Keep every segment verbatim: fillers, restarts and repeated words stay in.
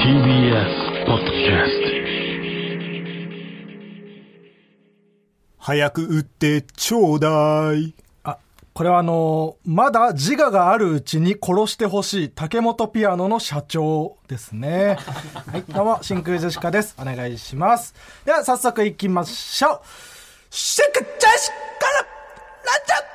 ティービーエス ポッドキャスト。 早く売ってちょうだい。 あ、これはあのー、まだ自我があるうちに殺してほしい竹本ピアノの社長ですね。はい、どうも真空ジェシカです。お願いします。では早速いきましょう。シェクジェシカのラジオ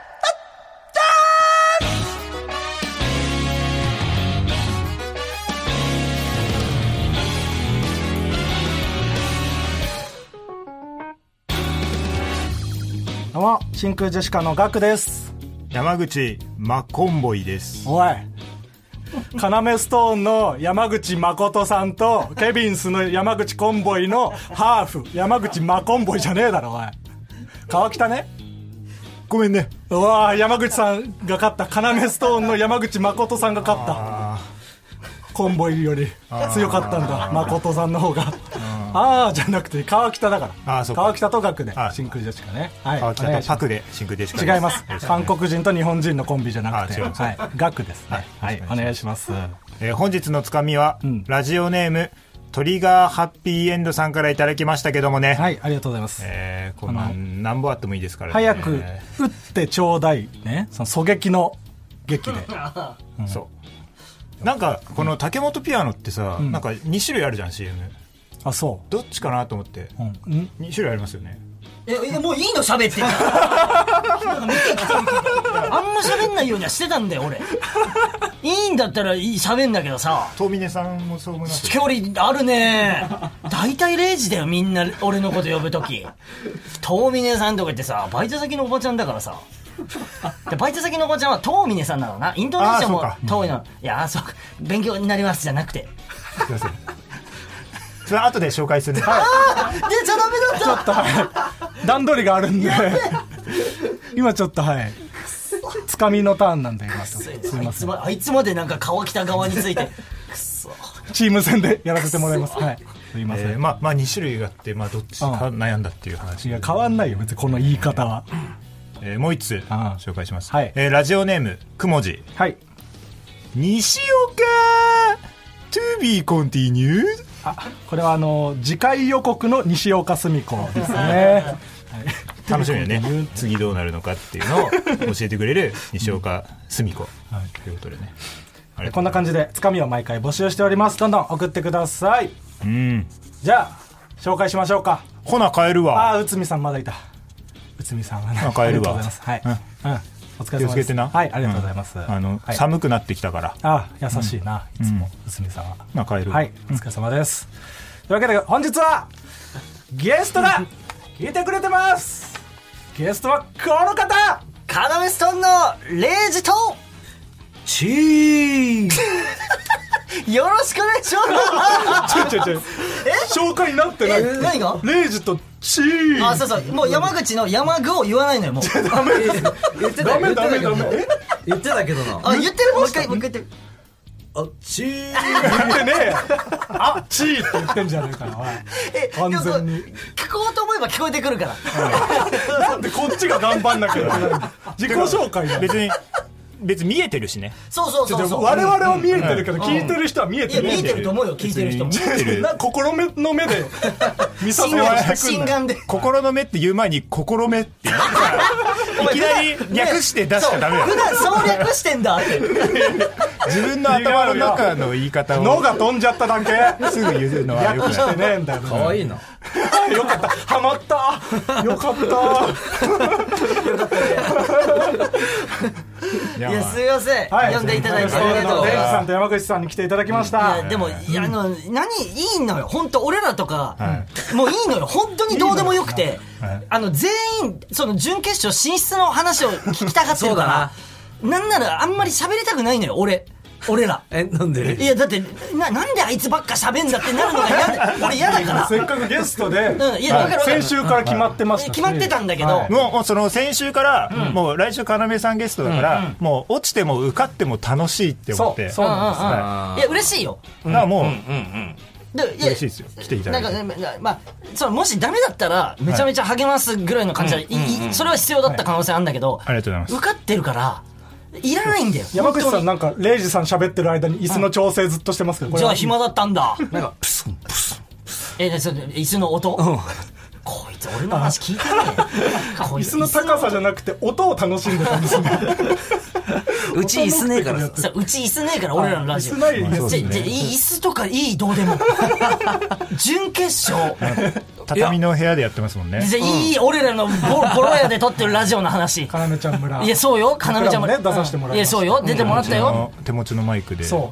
どうも真空ジェシカのガクです。 山口マコンボイです。 おい、カナメストーンの山口誠さんとケビンスの山口コンボイのハーフ山口マコンボイじゃねえだろ。おい、川北ね、 ごめんね。 うわ、山口さんが勝った。カナメストーンの山口誠さんが勝った。コンボイより強かったんだ、誠さんの方が。ああじゃなくて川北だから。あ、そうか。川北とガクで真空ジェシカね。はい、 川北とパクで真空ジェシカです。 違います。韓国人と日本人のコンビじゃなくて、はい、ガクですね。はい、お願いします。 えー、本日のつかみは、うん、ラジオネームトリガーハッピーエンドさんからいただきましたけどもね。 はい、ありがとうございます。 えー、この何本あってもいいですからね。 早く打ってちょうだいね。その狙撃の劇で、 うん、そうなんかこの竹本ピアノってさ、うん、なんかに種類あるじゃん シーエム。あ、そうどっちかなと思って、うん、に種類ありますよね。 ええ、もういいの喋ってんのあんま喋んないようにはしてたんだよ俺。いいんだったら喋んだけどさ。 遠峰さんもそう思います。 距離あるね。大体れいじだよみんな俺のこと呼ぶとき。遠峰さんとか言ってさ、バイト先のおばちゃんだからさ。でバイト先のおばちゃんは遠峰さんなのな。イントネーションも遠いの。いや、そうか、勉強になりますじゃなくて。 すいません。それ後で紹介する。 ああ、出ちゃダメだった。 ちょっとはい、段取りがあるんで今ちょっとはいつかみのターンなんで今すいません。 あいつまでなんか川北側についてくそチーム戦でやらせてもらいます。はい、すいません。 えー、まあまあに種類があって、まあどっちか悩んだっていう話。 いや変わんないよ別にこの言い方は。 えー、もう一つ紹介します。 はい、 えー、ラジオネームくもじ。 はい、 西岡 to be continued。 あ、これはあの次回予告の西岡澄子ですね。はい、 楽しみよね。次どうなるのかっていうのを教えてくれる西岡澄子、うん、はい、ということでね。 こんな感じでつかみを毎回募集しております。どんどん送ってください。うん、じゃあ紹介しましょうか。 ほな帰るわ。 あ、内海さんまだいた。内海さんはね、 帰るわ。 はい、うん、うん、お疲れ様です。 気をつけてな。 はい、ありがとうございます。うん、 あの、 はい、 寒くなってきたから。 あ、優しいな、うん、いつも内海さんは。 な、帰る。 はい、お疲れ様です。うん、というわけで本日はゲストが聞いてくれてます。ゲストはこの方、 カナメストーンのレイジとチーよろしくお願いします。 ちょちょちょ紹介になってない。 え、何がレイジとチー。 あ、そうそう、もう山口の山具を言わないのよもう。 ダメ言ってた。ダメダメダメ。 え言ってたけどな。 あ、言ってる。もう一回もう一回言ってる。 あ、チー言ってねえよ。あ、チーって言ってんじゃねえかな。 え、 完全に聞こうと思えば聞こえてくるから。 なんでこっちが頑張んなきゃいけない。自己紹介だ。 別に別に見えてるしね。 そうそうそうそう。 我々は見えてるけど、聞いてる人は見えてる。 いや見えてると思うよ。聞いてる人も。 見えてる。 心の目で見させられてくる。 心眼で。 心の目って言う前に心目っていきなり略して出しちゃダメだよ。 普段そう略してんだって。 自分の頭の中の言い方を。 脳が飛んじゃっただけ。 すぐ言うのはよくない。 略してねえんだよ。 可愛いな。 よかった。ハマった。よかった。 よかったね。いや、すいません、はい、呼んでいただいてありがとうございます。 レイジさんと山口さんに来ていただきました。 いやでも、いや、あの何いいのよ本当。俺らとか、はい、もういいのよ本当にどうでもよくて、はい、あの全員その準決勝進出の話を聞きたがってるからな。なんならあんまり喋りたくないのよ俺俺ら。 え、なんで？ いやだって な, なんであいつばっか喋んだってなるのが嫌で俺嫌だから。 せっかくゲストで、 うん、いや分かる分かる。 先週から決まってましたし、 決まってたんだけど、はい、 もうその先週から、うん、もう来週要さんゲストだから、うんうん、もう落ちても受かっても楽しいって思って。 そうそうなんです、 うんうんうん、はい、いや嬉しいよ。 だからもう、うんうんうんうんで嬉しいですよ来ていただいて。 なんか、ね、まあ、そのもしダメだったらめちゃめちゃ励ますぐらいの感じで、はい、それは必要だった可能性あるんだけど、 はい、ありがとうございます。 受かってるからいらないんだよ。 山口さんなんかレイジさん喋ってる間に椅子の調整ずっとしてますけど、これじゃあ暇だったんだ。 なんかプスンプスンえ、それ椅子の音、うん、こいつ俺の話聞いてねえ。 椅子の高さじゃなくて音を楽しんでたんですね。 うち椅子ねえからさ、うち椅子ねえから俺らのラジオ。 椅子ないですね。じゃ、椅子とかいい、どうでも。準決勝。 畳の部屋でやってますもんね。 じゃ、いい、俺らのボボロ屋で撮ってるラジオの話。 かなめちゃん村。 いや、そうよ、かなめちゃん村。 ね、出させてもらいました。 いや、そうよ、出てもらったよ。 手持ちのマイクで。 そう。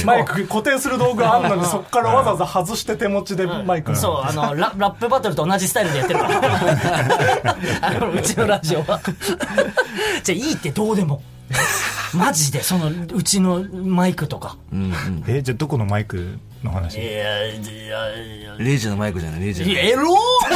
マイク固定する道具あんのに、そっからわざわざ外して手持ちでマイク。 そう、あの、ララップバトルと同じスタイルでやってるから。あの、うちのラジオは。じゃ、いいってどうでも。マジでそのうちのマイクとか、 うんうん、えじゃあどこのマイクの話？いやいやいやレイジのマイクじゃないレイジのマイク。 エロー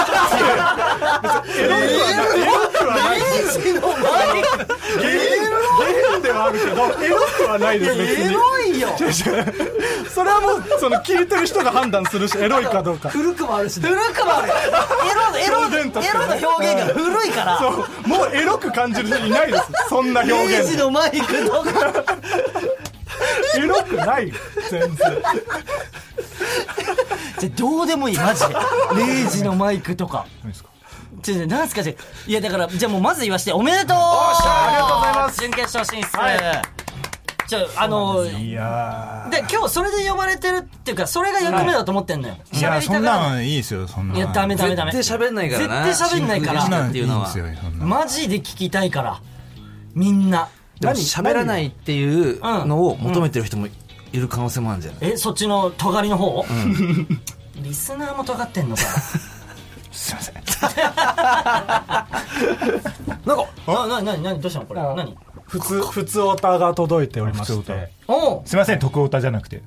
エロくはない。レイジのマイクゲームではあるけどエロくはないです。別にエロいよ。 それはもうその聞いてる人が判断するしエロいかどうか。 古くもあるし、ね、古くもある。エロエロエロの表現が古いから。 そうもうエロく感じる人いないです。そんな表現。 レイジのマイクとかエロくないよ全然。 じゃどうでもいいマジで。レイジのマイクとか。何ですか？ちょなんすかじゃいやだからじゃあもうまず言わしておめでとう。 ありがとうございます。 準決勝進出。はい、じゃああのいやで今日それで呼ばれてるっていうかそれが役目だと思ってんのよ。はい、 いやそんなんいいですよそんな。 いやダメダメダメ。 絶対喋んないからな。 絶対喋んないから。 真空ジェシカっていうのは。 いいですよそんな。 マジで聞きたいからみんな。 でも喋らないっていうのを求めてる人もいる可能性もあるんじゃない？ えそっちの尖りの方？うん、リスナーも尖ってんのかな。 すいません。 なんかななななどうしたのこれ？何？ 普通普通オタが届いておりまして。 おすいません徳オタじゃなくて。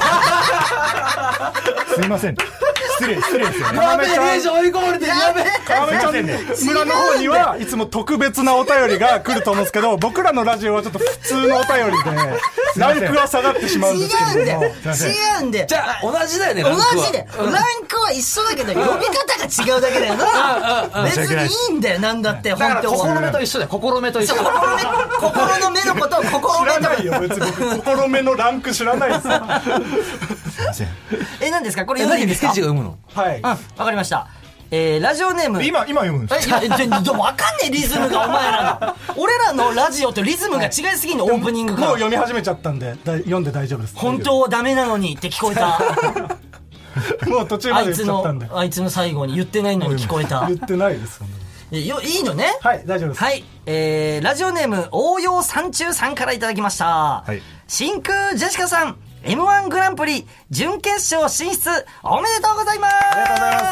すいません。失礼失礼ですよね。 やべえレイジ追い込まれてるやべえ。 川辺ちゃん村の方にはいつも特別なお便りが来ると思うんですけど、僕らのラジオはちょっと普通のお便りでランクは下がってしまうんですけども。 違うんだよ違うんだよ。 じゃあ同じだよね。 同じでランクは一緒だけど呼び方が違うだけだよな。別にいいんだよなんだって。 だから心目と一緒だよ。心目と一緒。 心の目のことを心目と。 知らないよ別に心目のランク知らないです。すいません。 え何ですかこれ読んでいいですか？ レイジが読むの？ はい。 うんわかりました。えー、ラジオネーム今今読むんですか？えいや分かんねえリズムがお前らの俺らのラジオとリズムが違いすぎんの、はい、オープニングからもう読み始めちゃったんでだ読んで大丈夫です。 本当はダメなのにって聞こえた。 もう途中まで言っちゃったんで。 あいつの最後に言ってないのに聞こえた。 言ってないですよいいのね。 はい大丈夫です。 はい、えー、ラジオネーム応用三中さんからいただきました、はい、真空ジェシカさん エムワン グランプリ準決勝進出おめでとうございます。 ありがとうございます。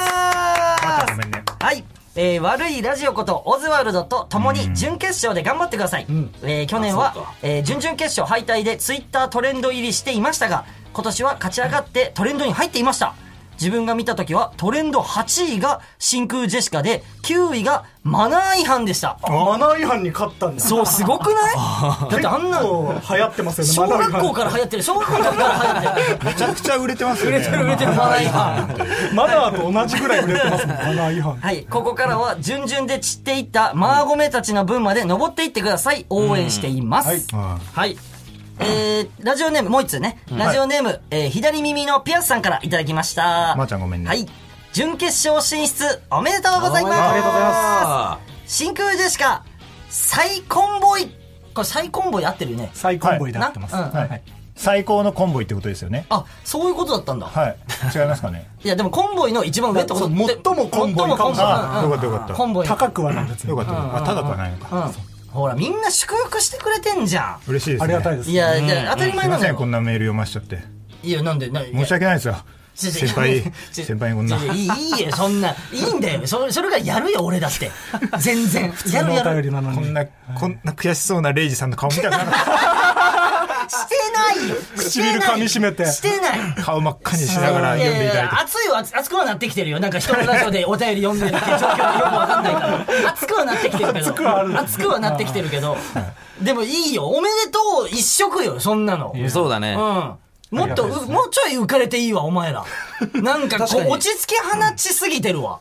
またごめんね。 はい、えー、悪いラジオことオズワルドと共に準決勝で頑張ってください、うんえー、去年は、えー、準々決勝敗退でツイッタートレンド入りしていましたが今年は勝ち上がってトレンドに入っていました。自分が見た時はトレンドはちいが真空ジェシカできゅういがマナー違反でした。 マナー違反に勝ったんだ。 そうすごくない？だってあんなの流行ってますよね。 小学校から流行ってる。小学校から流行ってる。 めちゃくちゃ売れてますよね。 売れてる売れてるマナー違反。 マナーと同じぐらい売れてますもん。マナー違反。 はい、ここからは順々で散っていったマーゴメたちの分まで登っていってください。応援しています。はい。はいえー、ラジオネームもう一つね、うん、ラジオネーム、はいえー、左耳のピアスさんからいただきました。 まーちゃんごめんね。 はい準決勝進出おめでとうございます。 ありがとうございます。 真空ジェシカ最コンボイこれ最コンボイ合ってるよね。 最コンボイで合ってます、 はいはいはい、 最高のコンボイってことですよね。 あそういうことだったんだ。 はい違いますかね。 いやでもコンボイの一番上ってこと最もコンボイかもしれない。よかったよかった。 コンボイ高くはないですね。 よかったよかった。あ高くはないのか、うんほらみんな祝福してくれてんじゃん。 嬉しいですね。 ありがたいです。 いや、うん、当たり前なんだよ。 すいませんこんなメール読ましちゃって。 いやなんでな申し訳ないですよ。先輩先輩にこんな。 いいいいよそんないいんだよ。そそれがやるよ俺だって全然普通のお便りなのにこんなこんな悔しそうなレイジさんの顔見たくなかった。 してないよ。 唇噛み締めてしてない顔真っ赤にしながら読んでいただいて。 熱いは熱くはなってきてるよ。なんか人のラジオでお便り読んでるって状況でよくわかんないから熱くはなってきてるけど熱くはある熱くはなってきてるけどでもいいよおめでとう一色よそんなの。 そうだね。 うんもっと、ね、もうちょい浮かれていいわお前ら。なんかこう落ち着き放ちすぎてるわ。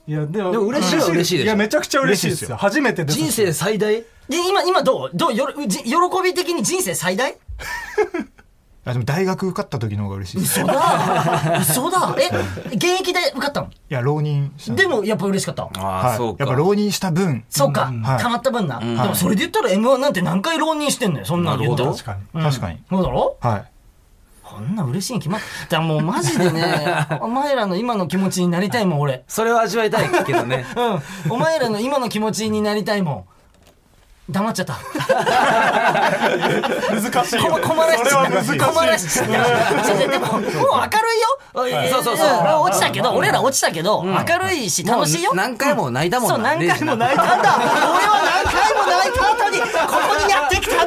いやでもでも嬉しいは嬉しいでしょ。 いやめちゃくちゃ嬉しいですよ。初めてです。 人生最大で、今、今どうどうよろじ喜び的に人生最大あでも大学受かった時の方が嬉しいです。 嘘だ嘘だえ、現役で受かったの？ いや、浪人した。 でもやっぱ嬉しかった。 ああ、 はい、 そうか。 やっぱ浪人した分。 そうか、 はい、 溜まった分な、うん。でもそれで言ったら エムワン なんて何回浪人してんのよ、そんなの言ったら。 確かに。確かに。 うん、 そうだろはい。 こんな嬉しいに決まった。もうマジでね、お前らの今の気持ちになりたいもん、俺。 それは味わいたいけどね。 うん。お前らの今の気持ちになりたいもん。黙っちゃった。 難しいよ。 困らしちゃった。 それは難しい。 困らしちゃった。でも、もう明るいよ。はい、そうそうそう。落ちたけど、俺ら落ちたけど、うん、明るいし楽しいよ。 何回も泣いたもんな。 そう、何回も泣いたんだ。俺は何回も泣いた後に、ここにやってきた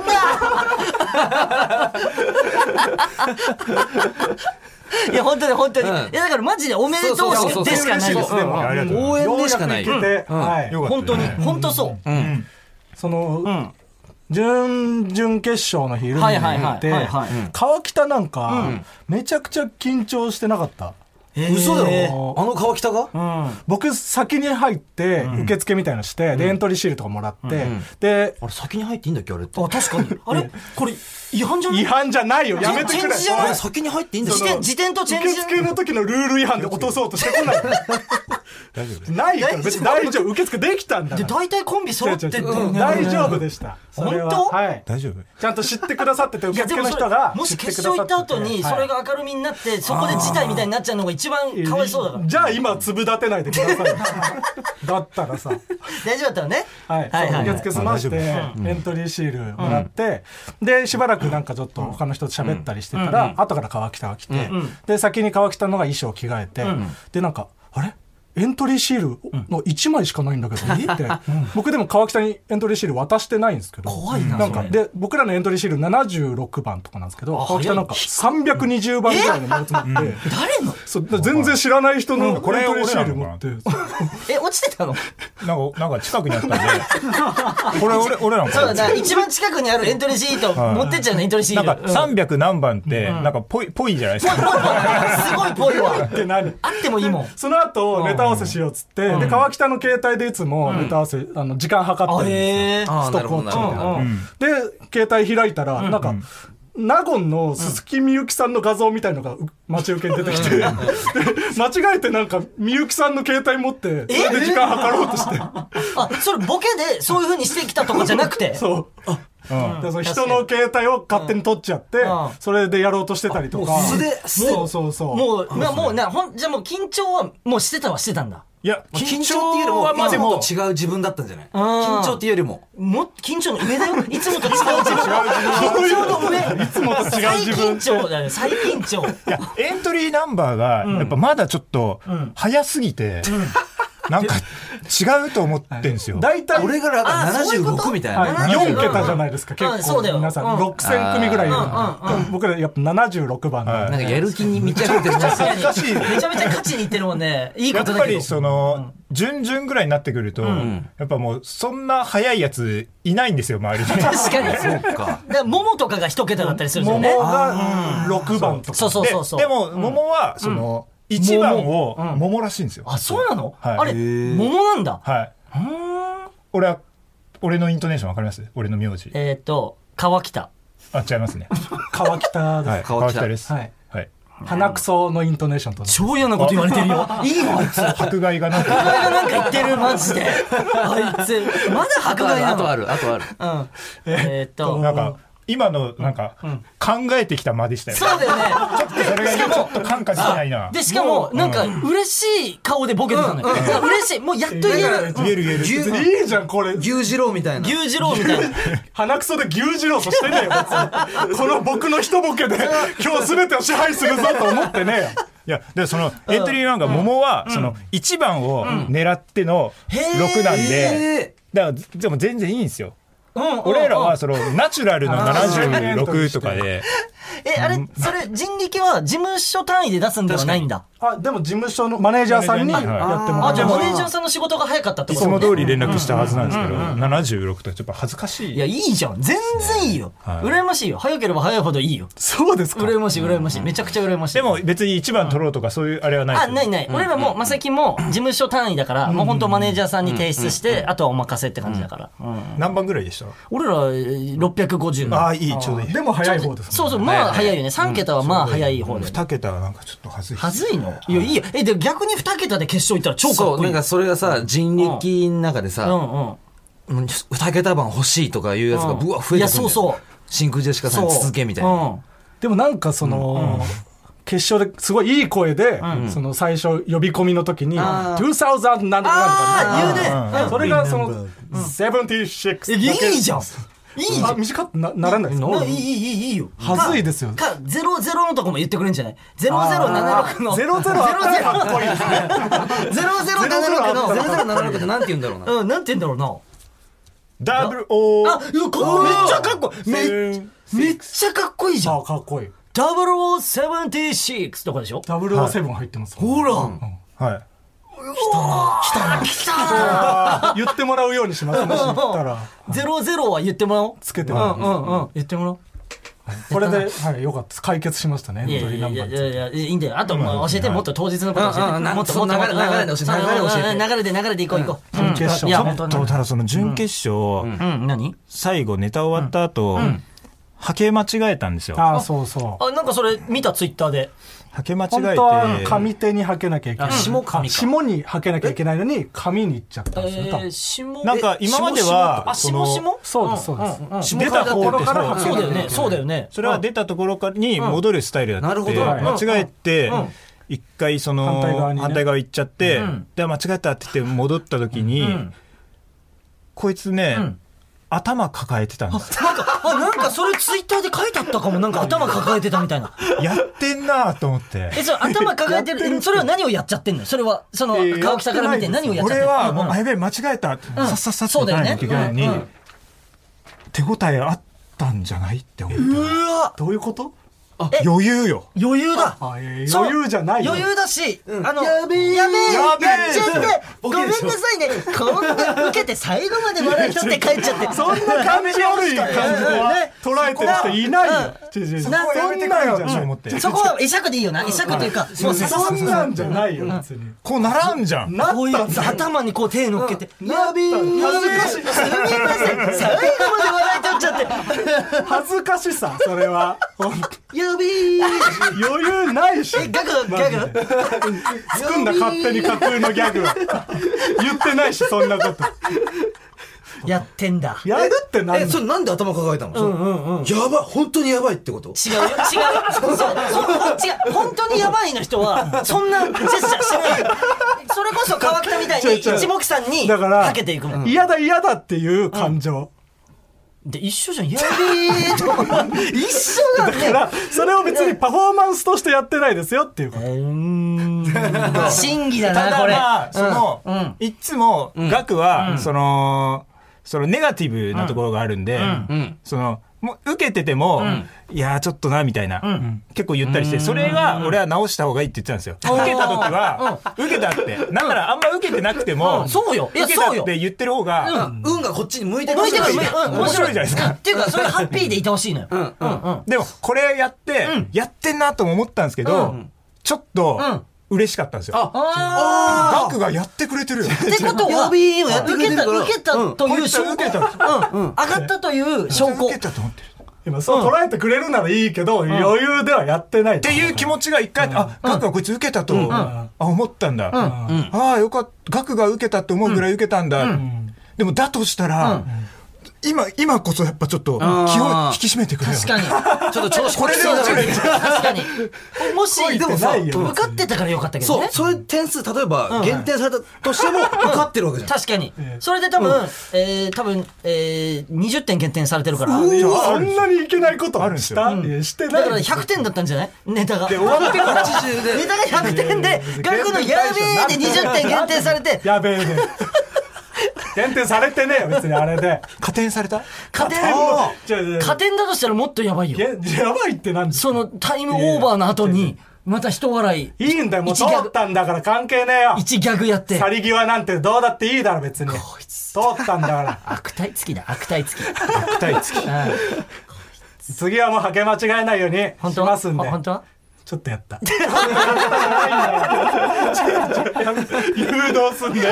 んだ。いや、本当に本当に。うん、いや、だからマジでおめでとうでしかないです。 応援でしかない。 本当に、本当そう。うんその、うん、準々決勝の日ルミネに行って川北なんか、うん、めちゃくちゃ緊張してなかった。 嘘だろあの川北が、 うん、僕先に入って受付みたいなのして、うん、でエントリーシールとかもらって、うん、であれ先に入っていいんだっけあれって。 あ確かにあれこれ違反じゃない？ 違反じゃないよやめてくれ。 あれ先に入っていいんだっけ？ 自転とチェンジ受付の時のルール違反で落とそうとしてこない。大丈夫ないから別に大丈夫受付できたんだから。 で大体コンビ揃ってって大丈夫でした。 本当？ はい大丈夫。ちゃんと知ってくださってて受付の人がもし決勝行った後にそれが明るみになってそこで事態みたいになっちゃうのが一番かわいそうだから。 じゃあ今粒立てないでください。だったらさ大丈夫だったらね。 はい受付済ましてエントリーシールもらってでしばらくなんかちょっと他の人と喋ったりしてたら後から川北が来てで先に川北のが衣装着替えてでなんかあれエントリーシールのいちまいしかないんだけど、うん、って、うん、僕でも川北にエントリーシール渡してないんですけど怖いななんかで僕らのエントリーシールななじゅうろくばんとかなんですけど川北なんかさんびゃくにじゅうばんぐらいの目をつまって、 誰のそう全然知らない人のエントリーシール持ってえ落ちてたのなんかなんか近くにあったんでこれ俺俺なのかそうだな一番近くにあるエントリーシート持ってっちゃうのエントリーシールなんかさんびゃくなんばんってなんかぽいぽいじゃないですかすごいぽいわって何あってもいいもん。 その後ネタ合わせしようっつってで川北の携帯でいつもネタ合わせ、うん、あの時間計ってるんですよ、ストップウォッチみたいな、うん、で携帯開いたら、うん、なんか、うん納言の鈴木みゆきさんの画像みたいのが待ち受けに出てきて、で間違えてなんかみゆきさんの携帯持ってそれで時間計ろうとしてあそれボケでそういう風にしてきたとかじゃなくてそううん、でその人の携帯を勝手に取っちゃって、うん、それでやろうとしてたりとかもう素でそうそうそうもうなもうなほんじゃもう緊張はもうしてたはしてたんだ。 いや緊張っていうよりもいつもと違う自分だったんじゃない？緊張っていうよりもも緊張の上だよいつもと違う自分緊張の上いつもと違う自分最緊張だよ最緊張。 いやエントリーナンバーがやっぱまだちょっと早すぎて、うんうんなんか違うと思ってんですよ。 大体俺がななじゅうろくみたいな、 はい、よん桁じゃないですか、結構皆さんろくせん組ぐらいいるんで僕らやっぱななじゅうろくばんで、 なんかやる気に満ち溢れてる。 確かにめちゃめちゃ勝ちにいってるもんね。いいことだけどやっぱりその準々ぐらいになってくると、うん、やっぱもうそんな早いやついないんですよ周りに。 確かにそうか。 で桃とかが一桁だったりするんですよね。 桃がろくばんとか。 そうそうそうそう。 でも桃はその、うんいちばんを桃らしいんですよ。 あ、そうなの？ はい、 あれ桃なんだ。 はい。俺は俺のイントネーションわかります？俺の名字。 えっと川北。 あ、違いますね。 川北です。 はい、川北です。 はい。はい。鼻くそのイントネーションと。 超嫌なこと言われてるよ。いいのあいつ。 迫害がなんか。 迫害がなんか言ってるマジで。あいつまだ迫害なの。 あとあるあとある。 うん。えっとなんか。今のなんか考えてきた間でしたよね。 そうだよね。 ちょっとそれがちょっと感化できないな。 でしかもなんか嬉しい顔でボケてたのよ。嬉しいもうやっと言える。 言える言える。 いいじゃんこれ。 牛次郎みたいな。 牛次郎みたいな。 鼻くそで牛次郎としてねえよ。この僕の一ボケで今日全てを支配するぞと思ってねえよ。 いやでそのエントリーナンバー桃はそのいちばんを狙ってのろくなんで、だからでも全然いいんですよ。 俺らはそのナチュラルのななじゅうろくとかで。 え、あれ、それ、人力は事務所単位で出すんではないんだ。 あ、でも事務所のマネージャーさんにやってもらう。 あ、じゃあマネージャーさんの仕事が早かったっていつことね。 も通り連絡したはずなんですけど、ななじゅうろくとちょっと恥ずかしい。 いや、いいじゃん。全然いいよ。羨ましいよ。早ければ早いほどいいよ。 そうですか。 羨ましい、羨ましい。めちゃくちゃ羨ましい。 でも別に一番取ろうとかそういうあれはない。 あ、ないない。俺らも、まさきも事務所単位だから、もう本当マネージャーさんに提出して、あとはお任せって感じだから。 何番ぐらいでした？ 俺らろっぴゃくごじゅう。 ああ、いい、ちょうどいい。 でも早い方です。 そうそう、まあ早いよね。さん桁はまあ早い方で。 に桁はなんかちょっと恥ずい。 恥ずいの？いや、いいよ。え、で逆にに桁で決勝行ったら超かっこいい。 そう、なんかそれがさ、人力の中でさ、に桁番欲しいとかいうやつがぶわ増えてくる。いや、 そうそう。 真空ジェシカさんに続けみたいな。 でもなんかその、決勝ですごいいい声で、その最初呼び込みの時に、にせんなんとかなんとか、言うね。それがその、ななじゅうろく。 いいじゃん。いいじゃん。 短くならないですか？ いい、いい、いい、いいよ。 はずいですよ。 か、ゼロゼロのとこも言ってくれるんじゃない？ ゼロゼロななろく の。 ゼロゼロあったらかっこいいですね。 ゼロゼロななろくの。 ゼロゼロななろくってなんて言うんだろうな。 うん、なんて言うんだろうな。 ダブルオー。 あ、めっちゃかっこいい。めっちゃかっこいいじゃん。 あ、かっこいい。 ダブルオーセブンティーシックスとかでしょ？ ダブルオーセブン入ってます。 ほら。 はい。 来たな。来たな。来たな。 言ってもらうようにしますね。知ったら。 ゼロゼロは言ってもらおう。 つけてもらう。 うんうんうん。言ってもらおう。 これで、はい、よかったです。解決しましたね。 いやいやいやいや、いいんだよ。あと、もう教えて、もっと当日のこと教えて。もっともっと流れ、流れで教えて。流れで流れで行こう行こう。 準決勝。 いや、本当ただその準決勝、 何？ 最後ネタ終わった後、はけ間違えたんですよ。 ああ、そうそう。 あ、なんかそれ見たツイッターで。 はけ間違えて。 本当は上手にはけなきゃいけない。 下上下にはけなきゃいけないのに、上に行っちゃったんですよ。 え下なんか今までは、 あ、下下？ そうです、そうです。 出たところからはけそうだよね、そうだよね。 それは出たところに戻るスタイルだった。なるほど。間違えて、一回その、反対側行っちゃって、で、間違えたって言って戻った時に、こいつね、頭抱えてたんですよ。 なんか、あ、なんかそれツイッターで書いてあったかも。なんか頭抱えてたみたいな。 やってんなと思って。 え、それ頭抱えてる、それは何をやっちゃってんの？それは、その、川北から見て何をやっちゃってんの？ 俺は、もう、あ、やべえ、間違えた。さっさっさっさって言わなきゃいけないのに、手応えあったんじゃないって思って。 うわ！ どういうこと？ 余裕よ。 余裕だ。 余裕じゃないよ。 余裕だし、あの、 やべえやべえやべえやっちゃってごめんなさいね。こんな受けて最後まで笑い取って帰っちゃって。 そんな感じ悪い感じは捉えてる人いないよ。 そこはやめてくれよって思って。 そこは会釈でいいよな。会釈というか、 そんなんじゃないよ、別に。 こうならんじゃん。 こういう頭にこう手乗っけて。 やべえ恥ずかしい。 すみません。最後まで笑い取っちゃって。 恥ずかしさ、それは。 やべえ。 余裕ないし。 え、ギャグ、ギャグ作んだ勝手に架空のギャグは。言ってないし、そんなこと。 やってんだ。 やるって何？ え、それなんで頭抱えたの？うんうんうん。やばい、本当にやばいってこと？ 違うよ、違うよ。そう、そう、違う。本当にやばいの人は、そんなジェスチャーしない。それこそ川北みたいに一目散にかけていくもん。 嫌だ嫌だっていう感情。 で、一緒じゃん。やべえと。一緒だね。 だから、それを別にパフォーマンスとしてやってないですよっていうこと。 審議だな、 ただこれ。 まあ、その、いつも、ガクは、その、そのネガティブなところがあるんで、その、もう受けてても、いやーちょっとな、みたいな、結構言ったりして、それが俺は直した方がいいって言ってたんですよ。受けた時は、受けたって。なんならあんま受けてなくても、 そうよ。 受けたって言ってる方が、 運がこっちに向いてる。 向いてる。 面白いじゃないですか。 っていうか、それハッピーでいてほしいのよ。 でも、これやって、やってんなとも思ったんですけど、ちょっと、嬉しかったんですよ。あガクがやってくれてるよ。 ってことは、受けた、受けたという証拠。 受けた。 上がったという証拠。 受けたと思ってる。 今そう捉えてくれるならいいけど、余裕ではやってない。 っていう気持ちが一回、あ、ガクがこいつ受けたと、あ、思ったんだ。ああ、よかった。ガクが受けたって思うぐらい受けたんだ。でも、だとしたら、今、今こそやっぱちょっと気を引き締めてくれよ。 確かに。 ちょっと調子これで落ちる。 確かに。もし、 でもさ、 受かってたからよかったけどね。 そう、そういう点数、例えば、減点されたとしても、受かってるわけじゃん。 確かに。それで多分、えー、多分、えー、にじゅってん減点されてるから。 そんなにいけないことあるんですよ。してない。 だからひゃくてんだったんじゃないネタが。 で、終わってからネタがひゃくてんで、学のやべえでにじゅってん減点されて。 やべえね。 減点されてねえよ別にあれで加点された加点じゃあ加点だとしたらもっとやばいよ。 ややばいって何ですか。 そのタイムオーバーの後にまた一笑いいいんだよもう通一ギャグったんだから関係ねえよ。 一ギャグやって去り際なんてどうだっていいだろ別に。通ったんだから悪態つきだ悪態つき悪態つき次はもうはけ間違えないようにし本当はますんで。 本当はちょっとやった誘導すんだよ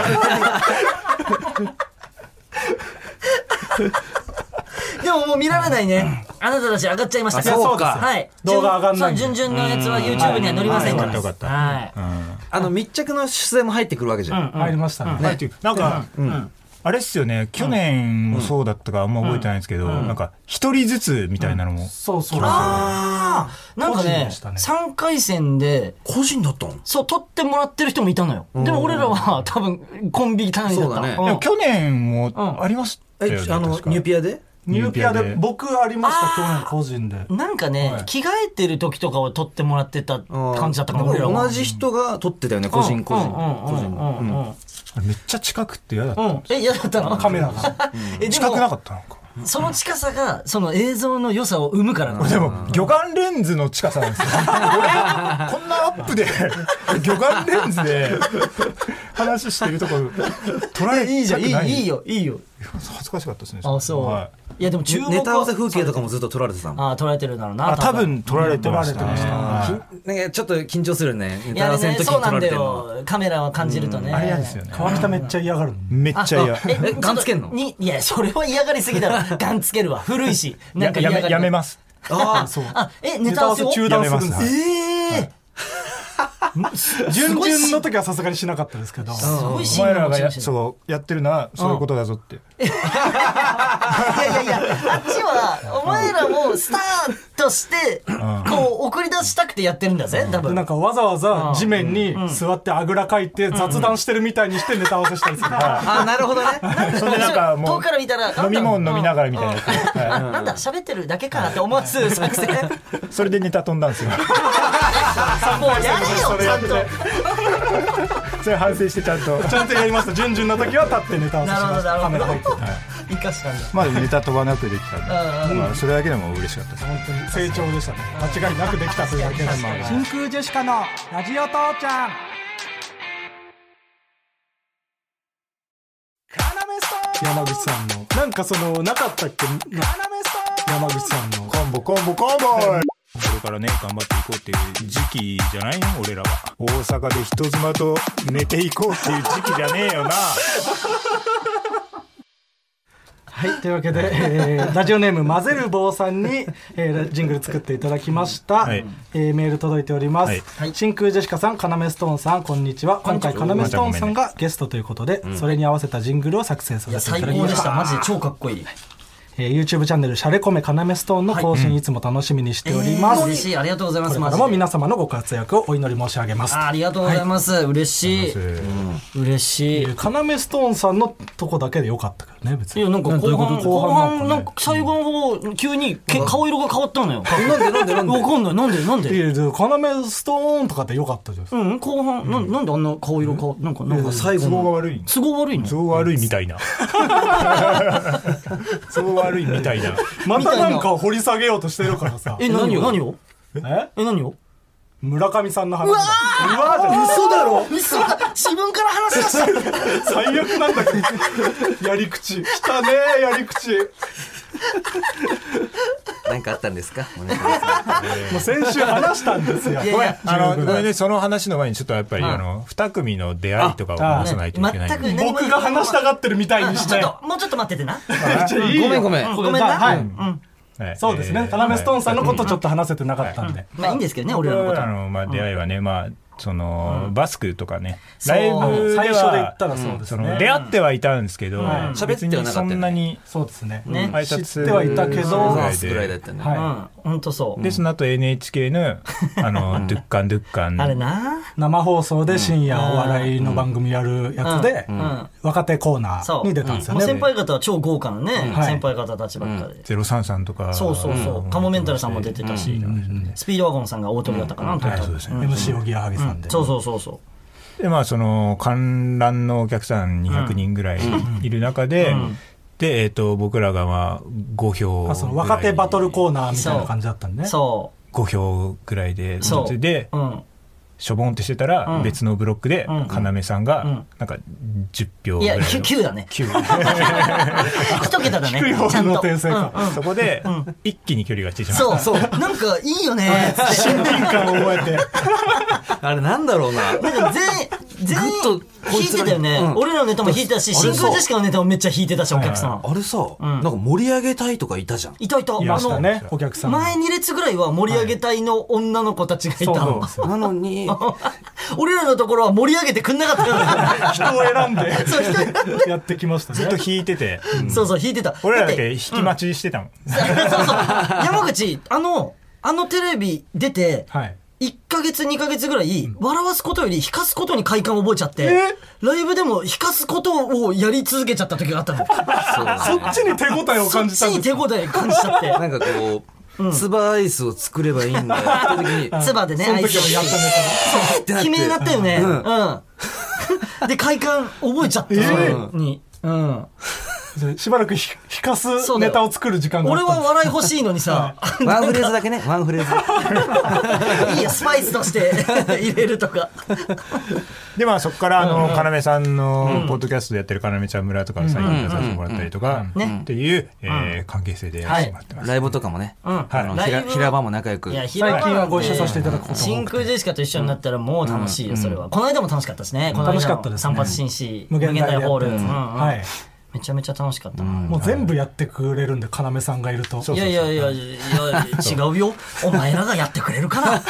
でももう見られないね。あなたたち上がっちゃいました。 そうかはい。 動画上がんないんでそう、順々のやつは YouTube には載りませんから。 よかったよはい。 あの密着の出演も入ってくるわけじゃん。 入りましたね。 はいっていうなんか、あれっすよね、去年もそうだったかあんま覚えてないんですけど、なんか一人ずつみたいなのも、 そうそう。 ああ、なんか個人ねでしたねさんかい戦で個人だったの？ そう撮ってもらってる人もいたのよ。でも俺らは多分コンビ単位だった。 そうだねでも去年もありましたよね、 え、あの確かニューピアで？ ニューピアでニューピアで僕ありました去年個人で。 なんかね、着替えてる時とかを撮ってもらってた感じだったかも、俺らは。 同じ人が撮ってたよね、個人個人。個人うんうんうんうんあれめっちゃ近くって嫌だった、 うん。え、嫌だったの？ カメラが。 え、で近くなも、 かったのかその近さが、その映像の良さを生むからな。 でも魚眼レンズの近さなんですよ俺こんなアップで魚眼レンズで話してるとこ撮られいいじゃん、いい、 たくないいいよ、いいよ。 恥ずかしかったですねあ、そう。、 はいや、でも注目はネタ合わせ風景とかもずっと撮られてたの。 ああ、撮られてるだろうな。 あ多分撮られてましたね、 撮られてましたはいなんかちょっと緊張するね。ネいやね、 タ合わせの時そうなんだに撮られてるの。 よ。カメラを感じるとね。 あれ嫌ですよね川北めっちゃ嫌がるの。 めっちゃ嫌え、 えガンつけんのに、いや、それは嫌がりすぎだろ。ガンつけるわ。古いし。なんかや嫌がり。 めやめますああ、 そう。 あ、え、ネタ合わせを中断するんですよ。 ええ準々の時はさすがにしなかったですけど。 すごいおシーン前らがやの持ち主だそうやってるのはそういうことだぞって、 いやいやいや、あっちは、お前らもスターとして、こう、送り出したくてやってるんだぜ、多分。 でなんかわざわざ地面に座ってあぐらかいて雑談してるみたいにしてネタ合わせしたりするから。 あ、なるほどね。 それでなんかも遠うくから見たら、 飲み物飲みながらみたいなやつ、 あはなんだ、喋ってるだけかって思わす作戦。 いそれでネタ飛んだんですよもうやれよ、ちゃんと。 それ反省してちゃんとちゃんとやりました。準々の時は立ってネタ合わせしました。 なるほどなるほどカメラ入ってて。 生かしたんだ。 まあでもネタ飛ばなくできたんで、 うんまあ、それだけでも嬉しかったです本当に成長でしたね。間違いなくできたというだけで。真空ジェシカのラジオ父ちゃん。山口さんのなんかそのなかったっけ。山口さんのコンボコンボコンボこれからね頑張っていこうっていう時期じゃないの俺らは。大阪で人妻と寝ていこうっていう時期じゃねえよなはい、というわけで、えー、ラジオネーム混ぜる坊さんに、えー、ジングル作っていただきました、 はいえー、メール届いております、 はい真空ジェシカさん、カナメストーンさん、こんにちは。今回カナメストーンさんがゲストということで、それに合わせたジングルを作成さいや、 せてい最高でした。 ただきました。 マジで超かっこいい。 えー、YouTube チャンネルシャレコメカナメストーンの更新、いつも楽しみにしております、 えー嬉しい。ありがとうございます。 これからも皆様のご活躍をお祈り申し上げます。 あありがとうございます。嬉しい。嬉しい。 カナメストーンさんのとこだけでよかったからね、別に。 いや、なんか後半、後後半半、なんか最後の方、急にけ顔色が変わったのよ。 なんでなんでなんでわかんない。なんでなんいでやいやカナメストーンとかってよかったじゃないですか。 うん、後半、ななんであんな顔色変わなんか、なんか、 最後都合がの。 悪い都合悪いの都合悪いみたいな都合悪いみたいなまたなんか掘り下げようとしてるからさ。 え、何を何をええ、何を村上さんの話だ。うわーじゃん。 嘘だろ嘘だ自分から話し出した最悪なんだけど。やり口。汚ねえ、やり口。 なんかあったんですか？お願いしますもう先週話したんですよ。 いやいやあのごめんねその話の前にちょっとやっぱりあの二組の出会いとかを話さないといけない全くね僕が話したがってるみたいにして。 ちょっと、もうちょっと待っててな。 ちょいいよごめんごめん。 ごめんな。 はい。 うん。 はいそうですね。カナメストーンさんのことちょっと話せてなかったんで。 まあいいんですけどね、俺らのこと僕ら。のまあ出会いはねまあそのバスクとかねそうライブで最初で言はったらそうですそのね。 出会ってはいたんですけど喋別にそってはなかったよねんなにそうですね。 ね挨拶知ってはいたけどぐらいぐらいだっでたね。 はいうん、ほんとそう。 でその後 エヌエイチケー のあのドゥッカンドゥッカンあれな。 生放送で深夜お笑いの番組やるやつで、 うん。 若手コーナそう。 ーに出たんですよもう先ね。 輩方は超豪華なね、 はい先輩方たちばっかで。 ゼロさんさんとかそうそうそう。カモメンタルさんも出てたし、スピードワゴンさんが大鳥だったかな、とはいそうですねエムシー おぎやはぎさんで。 そうそうそうそう。 でまあその観覧のお客さんにひゃくにんぐらいいる中で、うんうん、でえっ、ー、と僕らがまあご票、 あその若手バトルコーナーみたいな感じだったんでね。 そうご票ぐらいでそうで、うん、しょぼんってしてたら別のブロックで要さんがなんかじゅっぴょうぐらいの、いやきゅうだねきゅう一桁だね低い方の点数か、 うんうん、そこで一気に距離が縮まったそうそうなんかいいよね親近感を覚えてあれなんだろうななんか全全員弾いてたよね、うん、俺らのネタも弾いてたし真空ジェシカのネタもめっちゃ弾いてたしお客さんあれさ、うん、なんか盛り上げたいとかいたじゃんいたいたいましたねお客さん前に列ぐらいは盛り上げ隊の女の子たちがいたの、 はい、なのに俺らのところは盛り上げてくんなかったよね人を選んでそう人選んでやってきましたねずっと弾いてて、 うん、そうそう弾いてた俺らだけ弾き待ちしてたもん、うん、そうそう山口あのあのテレビ出て、はいいっかげつにかげつぐらい、うん、笑わすことより弾かすことに快感を覚えちゃって、ライブでも弾かすことをやり続けちゃった時があったの。 そ, そっちに手応えを感じたんですか。そっちに手応え感じちゃって。 なんかこう、つば、うん、アイスを作ればいいんだよって時に。 つばでね、 アイス。その時はやったんですよ。悲鳴になったよね。うん。うん、で、快感覚えちゃった。えー、に。うん。 しばらく弾かすネタを作る時間があった。 俺は笑い欲しいのにさワンフレーズだけねワンフレーズいいやスパイスとして入れるとかでまあそこからあの要さんのポッドキャストでやってる要ちゃん村とかサイン出させてもらったりとかっていう関係性でやらせてもらってます。 ライブとかもね、うん、あの平場も仲良く最近はご一緒させていただくこと真空ジェシカと一緒になったらもう楽しいよそれは。この間も楽しかったですね。 楽しかったですね。 散髪紳士無限大ホール、 はいめちゃめちゃ楽しかったな、うん、 もう全部やってくれるんで要さんがいるといやいやいやいや違うよお前らがやってくれるから、うん、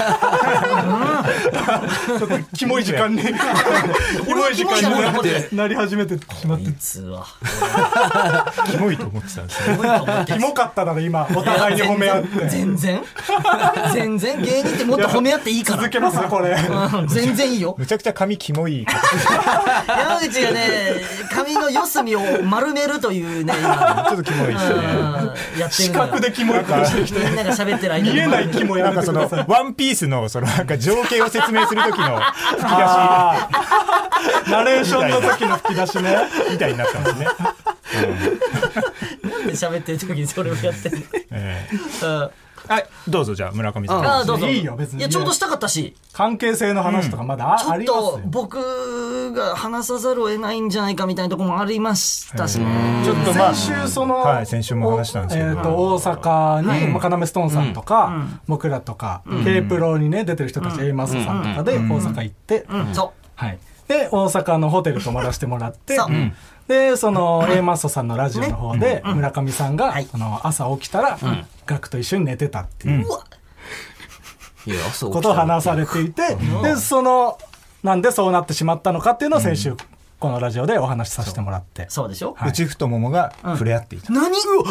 ちょっとキモい時間にキモい時間になってなり始めてしまって実はキモいと思ってたんですねキモかったなら今お互いに褒め合って全然全然芸人ってもっと褒め合っていいから続けますこれ、 うん、全然いいよむちゃくちゃ髪キモい山口がね髪の四隅を丸めるというね今ちょっとキモいですねやってる視覚でキモいからしてきてみんなが喋ってる間に見えないキモいなんかそのワンピースのそのなんか情景を説明する時の吹き出しナレーションの時の吹き出しねみたいになったんですね、 うん、なんで喋ってる時にそれをやってる、えーうんはい、どうぞじゃあ村上さん。 ああどうぞ。 いいよ別に。 いやちょうどしたかったし。 関係性の話とかまだあ、うん、ありますよ。 ちょっと僕が話さざるを得ないんじゃないかみたいなところもありましたしね。 ちょっとまあ先週その、 はい、先週も話したんですけど、 えっ、ー、と大阪に、うんまあ、要ストーンさんとか、うん、僕らとか、うん、K プロにね出てる人たち、うん、A マスさんとかで大阪行って、 うんうん、そう。 はい。で大阪のホテル泊まらせてもらって。そう。うんでその A マッソさんのラジオの方で村上さんがその朝起きたらガクと一緒に寝てたっていうことを話されていてでそのなんでそうなってしまったのかっていうのを先週このラジオでお話しさせてもらってそうでしょ、 はい、内太ももが触れ合っていた、 うん、何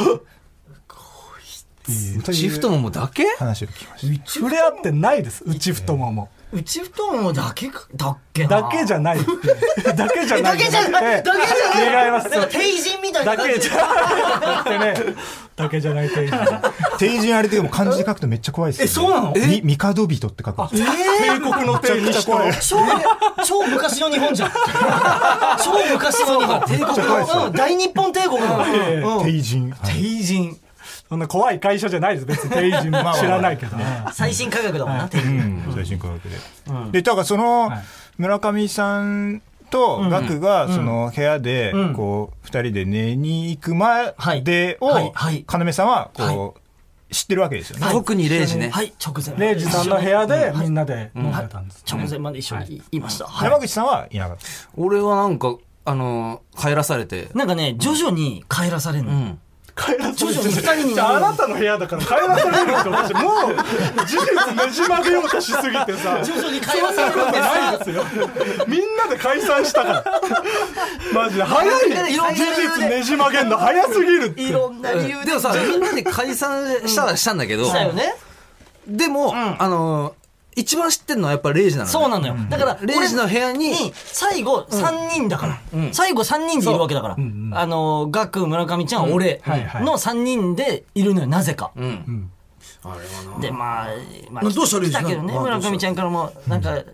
内太ももだけ話を聞きました触れ合ってないです内太もも内太ももだけだっけなだけじゃないだけじゃないだけじゃないだけじゃない違いますなんか帝人みたいなだけじゃないだけじゃない帝人帝人あれでも漢字で書くとめっちゃ怖いですよね。 えそうなのえ帝人って書くえー、帝国の帝にして超, 超昔の日本じゃん超昔の日本帝国の大日本帝国の帝人帝人そんな怖い会社じゃないです別に帝人も知らないけど、ね、 最新科学だもんな、はい、帝人、 うん、最新科学で、うん、でだからその村上さんとガクがその部屋でこうふたりで寝に行くまでを要さんはこう知ってるわけですよね。 特にレイジね。 はい直前。 レイジさんの部屋でみんなで飲んでたんです。 直前まで一緒にいました。 山口さんはいなかった。 俺はなんかあの帰らされて。 なんかね徐々に帰らされるの。 帰らされるじゃああなたの部屋だから帰らされるって私もう事実ねじ曲げようとしすぎてさ徐々に帰らされるってないですよみんなで解散したからマジで早い事実ねじ曲げんの早すぎるっていろんな理由ででもさみんなで解散したはしたんだけどしたよねでも、うん、あの一番知ってるのはやっぱレイジなの、ね、 そうなのよだからレイジの部屋に最後さんにんだから、うん、最後さんにんでいるわけだから、うんうん、あのガク村上ちゃん、うん、俺のさんにんでいるのよなぜか、うんうん、あれはなでまあ、まあ、 どうしたレイジだけどね村上ちゃんからもなんかた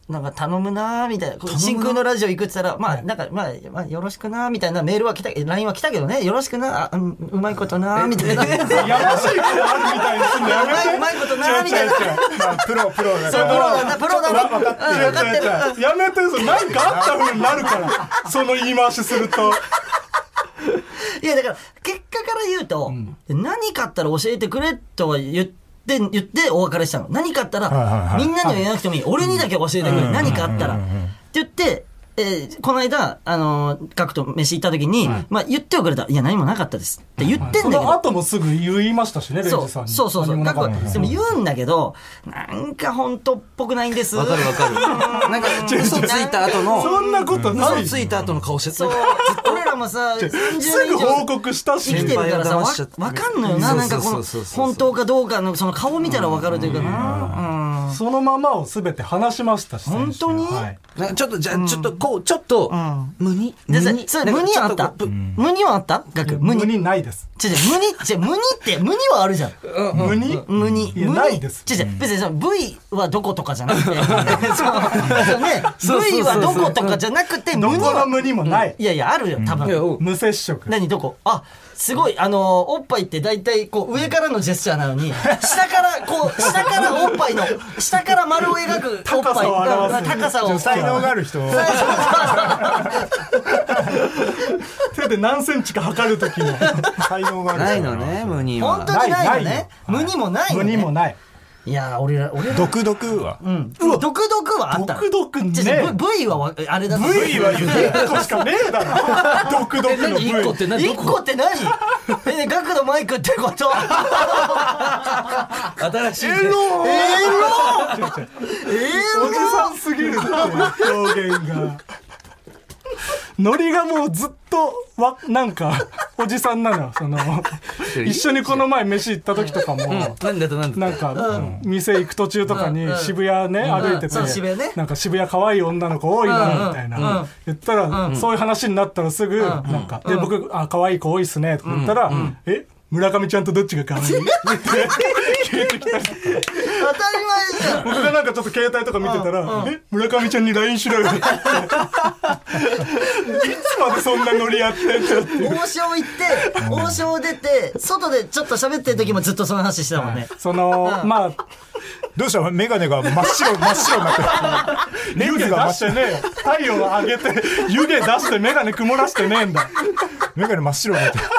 なんか頼むなーみたいな、真空のラジオ行くって言ったら、まあ、なんか、まあ、まあ、よろしくなーみたいなメールは来た、ライン は来たけどね、よろしくなー、う, うまいことなーみたいな。 やましいことあるみたいにすんのやめて。 うまいことなーみたいな。 プロ、プロだそう、プロだな、プロだな。分かってる。 やめて、そなんかあった風になるから、その言い回しすると。 いや、だから、結果から言うと、うん、何かあったら教えてくれとは言って、で言ってお別れしたの。何かあったら、はいはいはい、みんなには言わなくてもいい。俺にだけ教えてくれ。うん、何かあったら。って言って、えー、この間、あのー、ガクと飯行った時に、うん、まあ言っておくれた。いや、何もなかったです。って言ってんだけど。その後もすぐ言いましたしね、レイジさんに。 そうそうそう。ガクは、でも言うんだけど、なんか本当っぽくないんです。 わかるわかる。なんか、嘘ついた後の、 そんなことない。 嘘ついた後の顔してそう。俺らもさ、 すぐ報告したし。 生きてるからさ、わかんのよな。なんかこの、本当かどうかの、その顔見たらわかるというかな。 そのままをすべて話しましたし。 本当にちょっと、じゃあ、ちょっと、こう、ちょっと、無に無にそれ無にはあった無にはあった学無にないです。 違う違う、無に、違う、無にって、無にはあるじゃん。 無に無に。 いや、ないです。 違う違う、別にその V はどことかじゃなくて、そうね、V はどことかじゃなくて、 無には。どこの無にもない。 いやいや、あるよ、多分。 無接触。 何、どこあ、すごい、あの、おっぱいって大体、こう、上からのジェスチャーなのに、下から、こう、下からおっぱいの、下から丸を描くおっぱい。 高さを表す。 高さを。 才能がある人。 手で何センチか測るときの才能がある人。 ないのね、無には。 本当にないよね。無にもないよね。 無にもない。 いやー、俺ら、俺ら。 毒毒はうん。毒毒はあった。 毒毒ね。 V は、あれだと。 V は言ういっこしかねえだろ。毒毒の V。 いっこって何 ?いっこって何え、ガクのマイクってこと新しい。 エローエローおじさんすぎるって表現が。ノリがもうずっとわなんかおじさんなのその一緒にこの前飯行った時とかも、うん、 なんだとなんだなんか、うん、店行く途中とかに渋谷ね、うん、歩いてて、 うん、 なんか渋谷可愛い女の子多いなみたいな、うん、言ったら、うん、そういう話になったらすぐ、うん、なんか、うん、で僕あ可愛い子多いっすねとか言ったら、うん、え村上ちゃんとどっちが可愛いって聞いてきたりとか当たり前じゃん。 僕がなんかちょっと携帯とか見てたら、うんうん、え村上ちゃんに ライン しろよっていつまでそんなノリやってんのって王将行って王将出て外でちょっと喋ってる時もずっとその話してたもんね、 はい、その、うん、まあどうしたメガネが真っ白真っ白になって湯気出してね太陽を上げて湯気出してメガネ曇らしてねえんだメガネ真っ白になって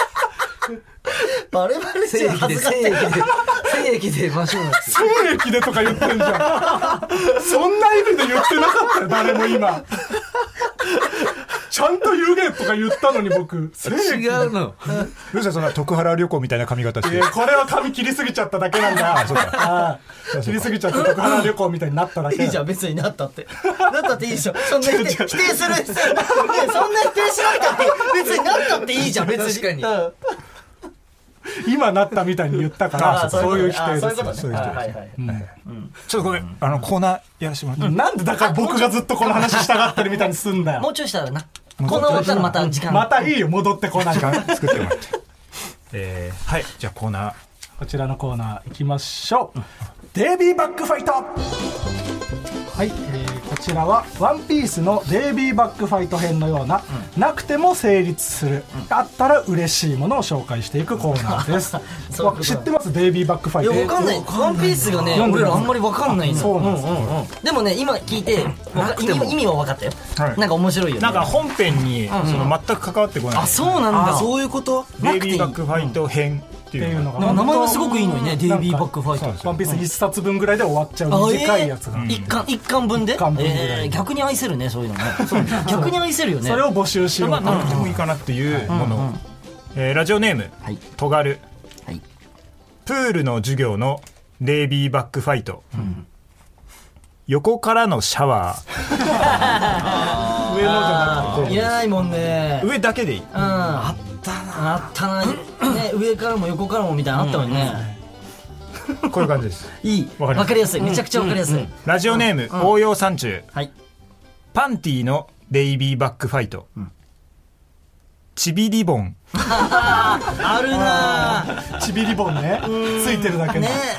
バレバレじゃん恥ずかしい精液で真っ白になって精液でとか言ってんじゃんそんな意味で言ってなかったよ誰も今ちゃんと湯気とか言ったのに僕違うのどうしたそんな徳原旅行みたいな髪型してこれは髪切りすぎちゃっただけなんだそうか切りすぎちゃって徳原旅行みたいになっただけいいじゃん別になったってなったっていいでしょそんな否定するそんな否定しなくたって別になったっていいじゃん別に確かに、うん今なったみたいに言ったからそういう否定ですよ。 そういう否定ですちょっとごめんあのコーナーやらせてもらってなんでだから僕がずっとこの話したがってるみたいにすんだよもうちょいしたらなこの終わったらまた時間またいいよ戻ってこない時間作ってもらってえーはいじゃあコーナーこちらのコーナーいきましょうデイビーバックファイトはい、えー、こちらはワンピースのデイビーバックファイト編のような、うん、なくても成立する、うん、あったら嬉しいものを紹介していくコーナーです知ってますデイビーバックファイトいや分かんないワンピースがね俺らあんまり分かんないのそうなんです、うんうんうん、でもね今聞いて意味は分かったよ、はい、なんか面白いよねなんか本編に、うん、その全く関わってこない、 あそうなんだそういうことデイビーバックファイト編っていうのが名前はすごくいいのにねデイビーバックファイトワンピースいっさつぶんぐらいで終わっちゃう短いやつがいっかんいっかんぶんで逆に愛せるねそういうのね逆に愛せるよねそれを募集しようなくてもいいかなっていうものラジオネームとがるプールの授業のデイビーバックファイト横からのシャワー上のじゃなくていらないもんね上だけでいいあったなあったな、ね、上からも横からもみたいなのあったのにね、 うん、こういう感じですいいわかりやすいめちゃくちゃわかりやすい、うんうん、 ラジオネーム、うん、応用山中、 はい、 パンティのデイビーバックファイト、うん、ちびリボンあるなちびリボンねついてるだけね、 うん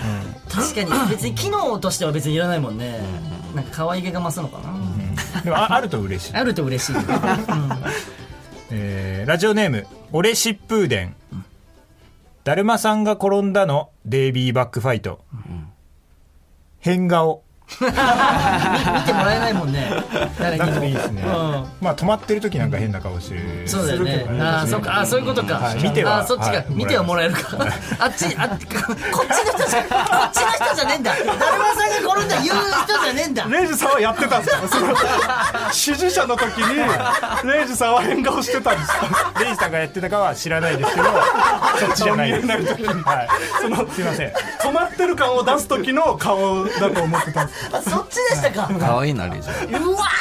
確かに別に機能としては別にいらないもんね。なんか可愛げが増すのかな、うん、 でも あ, あると嬉しいあると嬉しい、うんえー、ラジオネーム俺疾風伝、うん、だるまさんが転んだのデイビーバックファイト、うん、変顔見, 見てもらえないもんね。 なんかいいですね、うん、まあ止まってる時なんか変な顔してる、 そうだよね。ああ、そうか、あ、そういうことか、 はい、見ては、 あ、そっちが、はい、見てはもらえるかあっち、あっこっちの人じゃこっちの人じゃねえんだ。だるまさんが転んだ言う人じゃねえんだ。 レイジさんはやってたんですかその支持者の時にレイジさんは変顔してたんですか。 レイジさんがやってたかは知らないですけどそっちじゃないです、はい、そのすいません、 止まってる感を出す時の顔だと思ってたんですあ、そっちでしたか。 かわいいな、レイジ。 うわ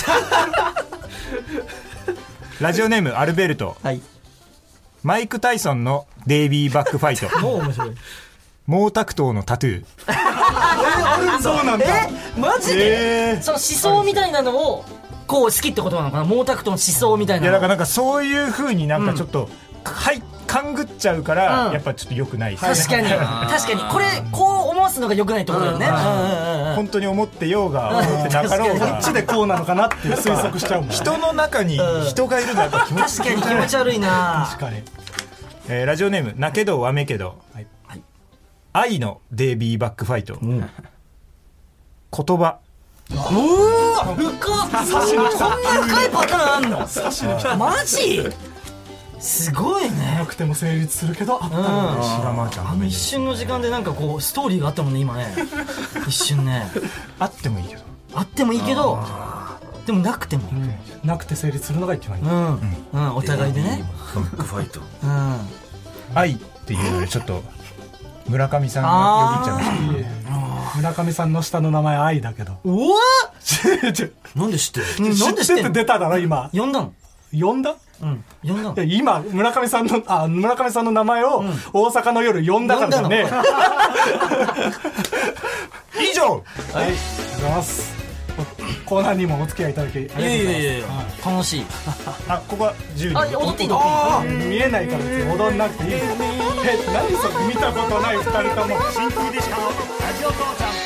ラジオネームアルベルト、はい、マイク・タイソンのデイビーバックファイトもう面白い。 毛沢東のタトゥーそうなんだ。 え、マジで、えー、その思想みたいなのをこう好きってことなのかな。毛沢東の思想みたいなの。 いや、だからなんかそういう風になんかちょっと、うん、はい勘ぐっちゃうから、うん、やっぱちょっと良くないですね。確かに確かにこれこう思わすのが良くないってことだよね、うんうん、本当に思ってようが思ってなかろうがこっちでこうなのかなって推測しちゃうもん、ね、 人の中に人がいるのはやっぱ気持ち、 確かに気持ち悪いな。 確かに、 えー、ラジオネームなけどわめけど、はいはい、愛のデイビーバックファイト、うん、言葉。 うわ深っ。こんな深いパターンあんのマジすごいね。 なくても成立するけどあったの、 うん、白間ちゃん、あの一瞬の時間でなんかこうストーリーがあったもんね今ね一瞬ね。 あってもいいけどあってもいいけどでもなくてもいい、うん、 なくて成立するのが一番いい、 うんうんうん、お互いでねバックファイト、 うん、愛っていうのでちょっと村上さんが呼びちゃいました。 村上さんの下の名前愛だけど。 うわなんで知ってる。 なんで知ってて出ただろ今。 呼んだの呼んだうん、呼んだの。 いや今村上さんのあ村上さんの名前を大阪の夜呼んだからだね、うん、 以上、はい、 ありがとうございます。コーナーにもお付き合いいただきありがとうございます。いやいやいや、 はい、楽しい。 あ、ここは自由にあ、踊っていいの。 見えないから別に踊んなくていい。え、何それ見たことないふたりとも。 真空でしかのラジオ父ちゃん。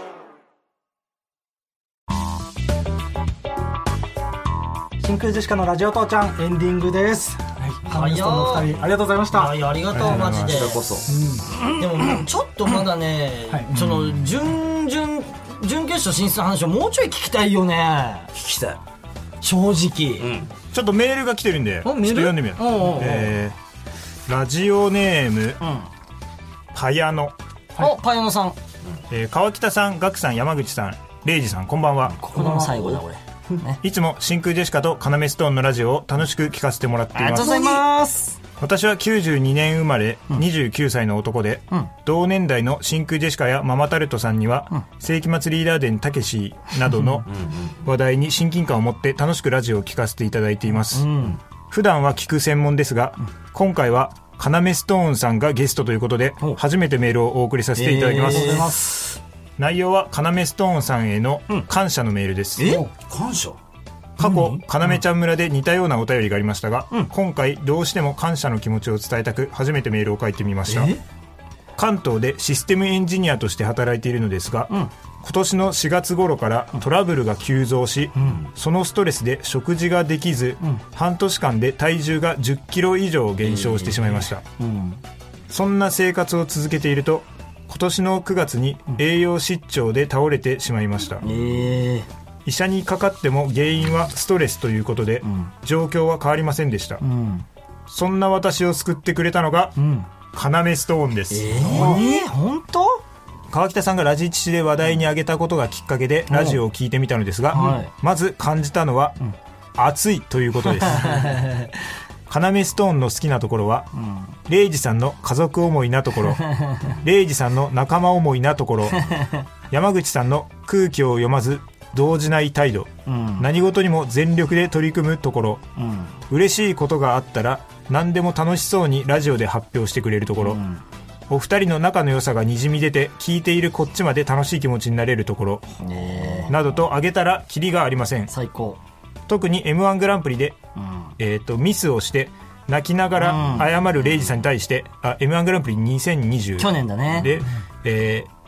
真空ジェシカのラジオ父ちゃんエンディングです。はい、ゲストのお二人ありがとうございました。 いや、ありがとうマジで。こそ、うん、でもちょっとまだね、はい、その準々準決勝進出の話をもうちょい聞きたいよね。 聞きたい正直、 うん、ちょっとメールが来てるんでちょっと読んでみよう。おうおうおう、えー、ラジオネーム、うん、パヤノ、 はい、おパヤノさん、 えー、川北さん、ガクさん、山口さん、レイジさん、こんばんは。 ここの最後だ俺ね、 いつも真空ジェシカとカナメストーンのラジオを楽しく聞かせてもらっています。 ありがとうございます。 私はきゅうじゅうにねん生まれ、うん、にじゅうきゅうさいの男で、うん、同年代の真空ジェシカやママタルトさんには、うん、世紀末リーダー伝たけしなどの話題に親近感を持って楽しくラジオを聞かせていただいています、うん、普段は聞く専門ですが、うん、今回はカナメストーンさんがゲストということで初めてメールをお送りさせていただきます、えー、内容はカナメストーンさんへの感謝のメールです、 うん、え感謝過去かなめちゃん村で似たようなお便りがありましたが、うん、今回どうしても感謝の気持ちを伝えたく初めてメールを書いてみました。関東でシステムエンジニアとして働いているのですが、うん、今年のしがつ頃からトラブルが急増し、うん、そのストレスで食事ができず、うん、半年間で体重がじゅっキロ以上減少してしまいました、えーうん、そんな生活を続けていると今年のくがつに栄養失調で倒れてしまいました、えー医者にかかっても原因はストレスということで、うん、状況は変わりませんでした、うん、そんな私を救ってくれたのが、うん、カナメストーンです。 えー、本当？ 川北さんがラジチで話題に挙げたことがきっかけでラジオを聞いてみたのですが、はい、まず感じたのは、うん、熱いということですカナメストーンの好きなところは、うん、レイジさんの家族思いなところレイジさんの仲間思いなところ山口さんの空気を読まず動じない態度、うん、何事にも全力で取り組むところ、うん、嬉しいことがあったら何でも楽しそうにラジオで発表してくれるところ、うん、お二人の仲の良さがにじみ出て聞いているこっちまで楽しい気持ちになれるところ、などと挙げたらキリがありません。 最高。 特に エムワン グランプリで、うんえー、とミスをして泣きながら謝るレイジさんに対して、うん、あ エムワン グランプリにせんにじゅう去年だねで、えー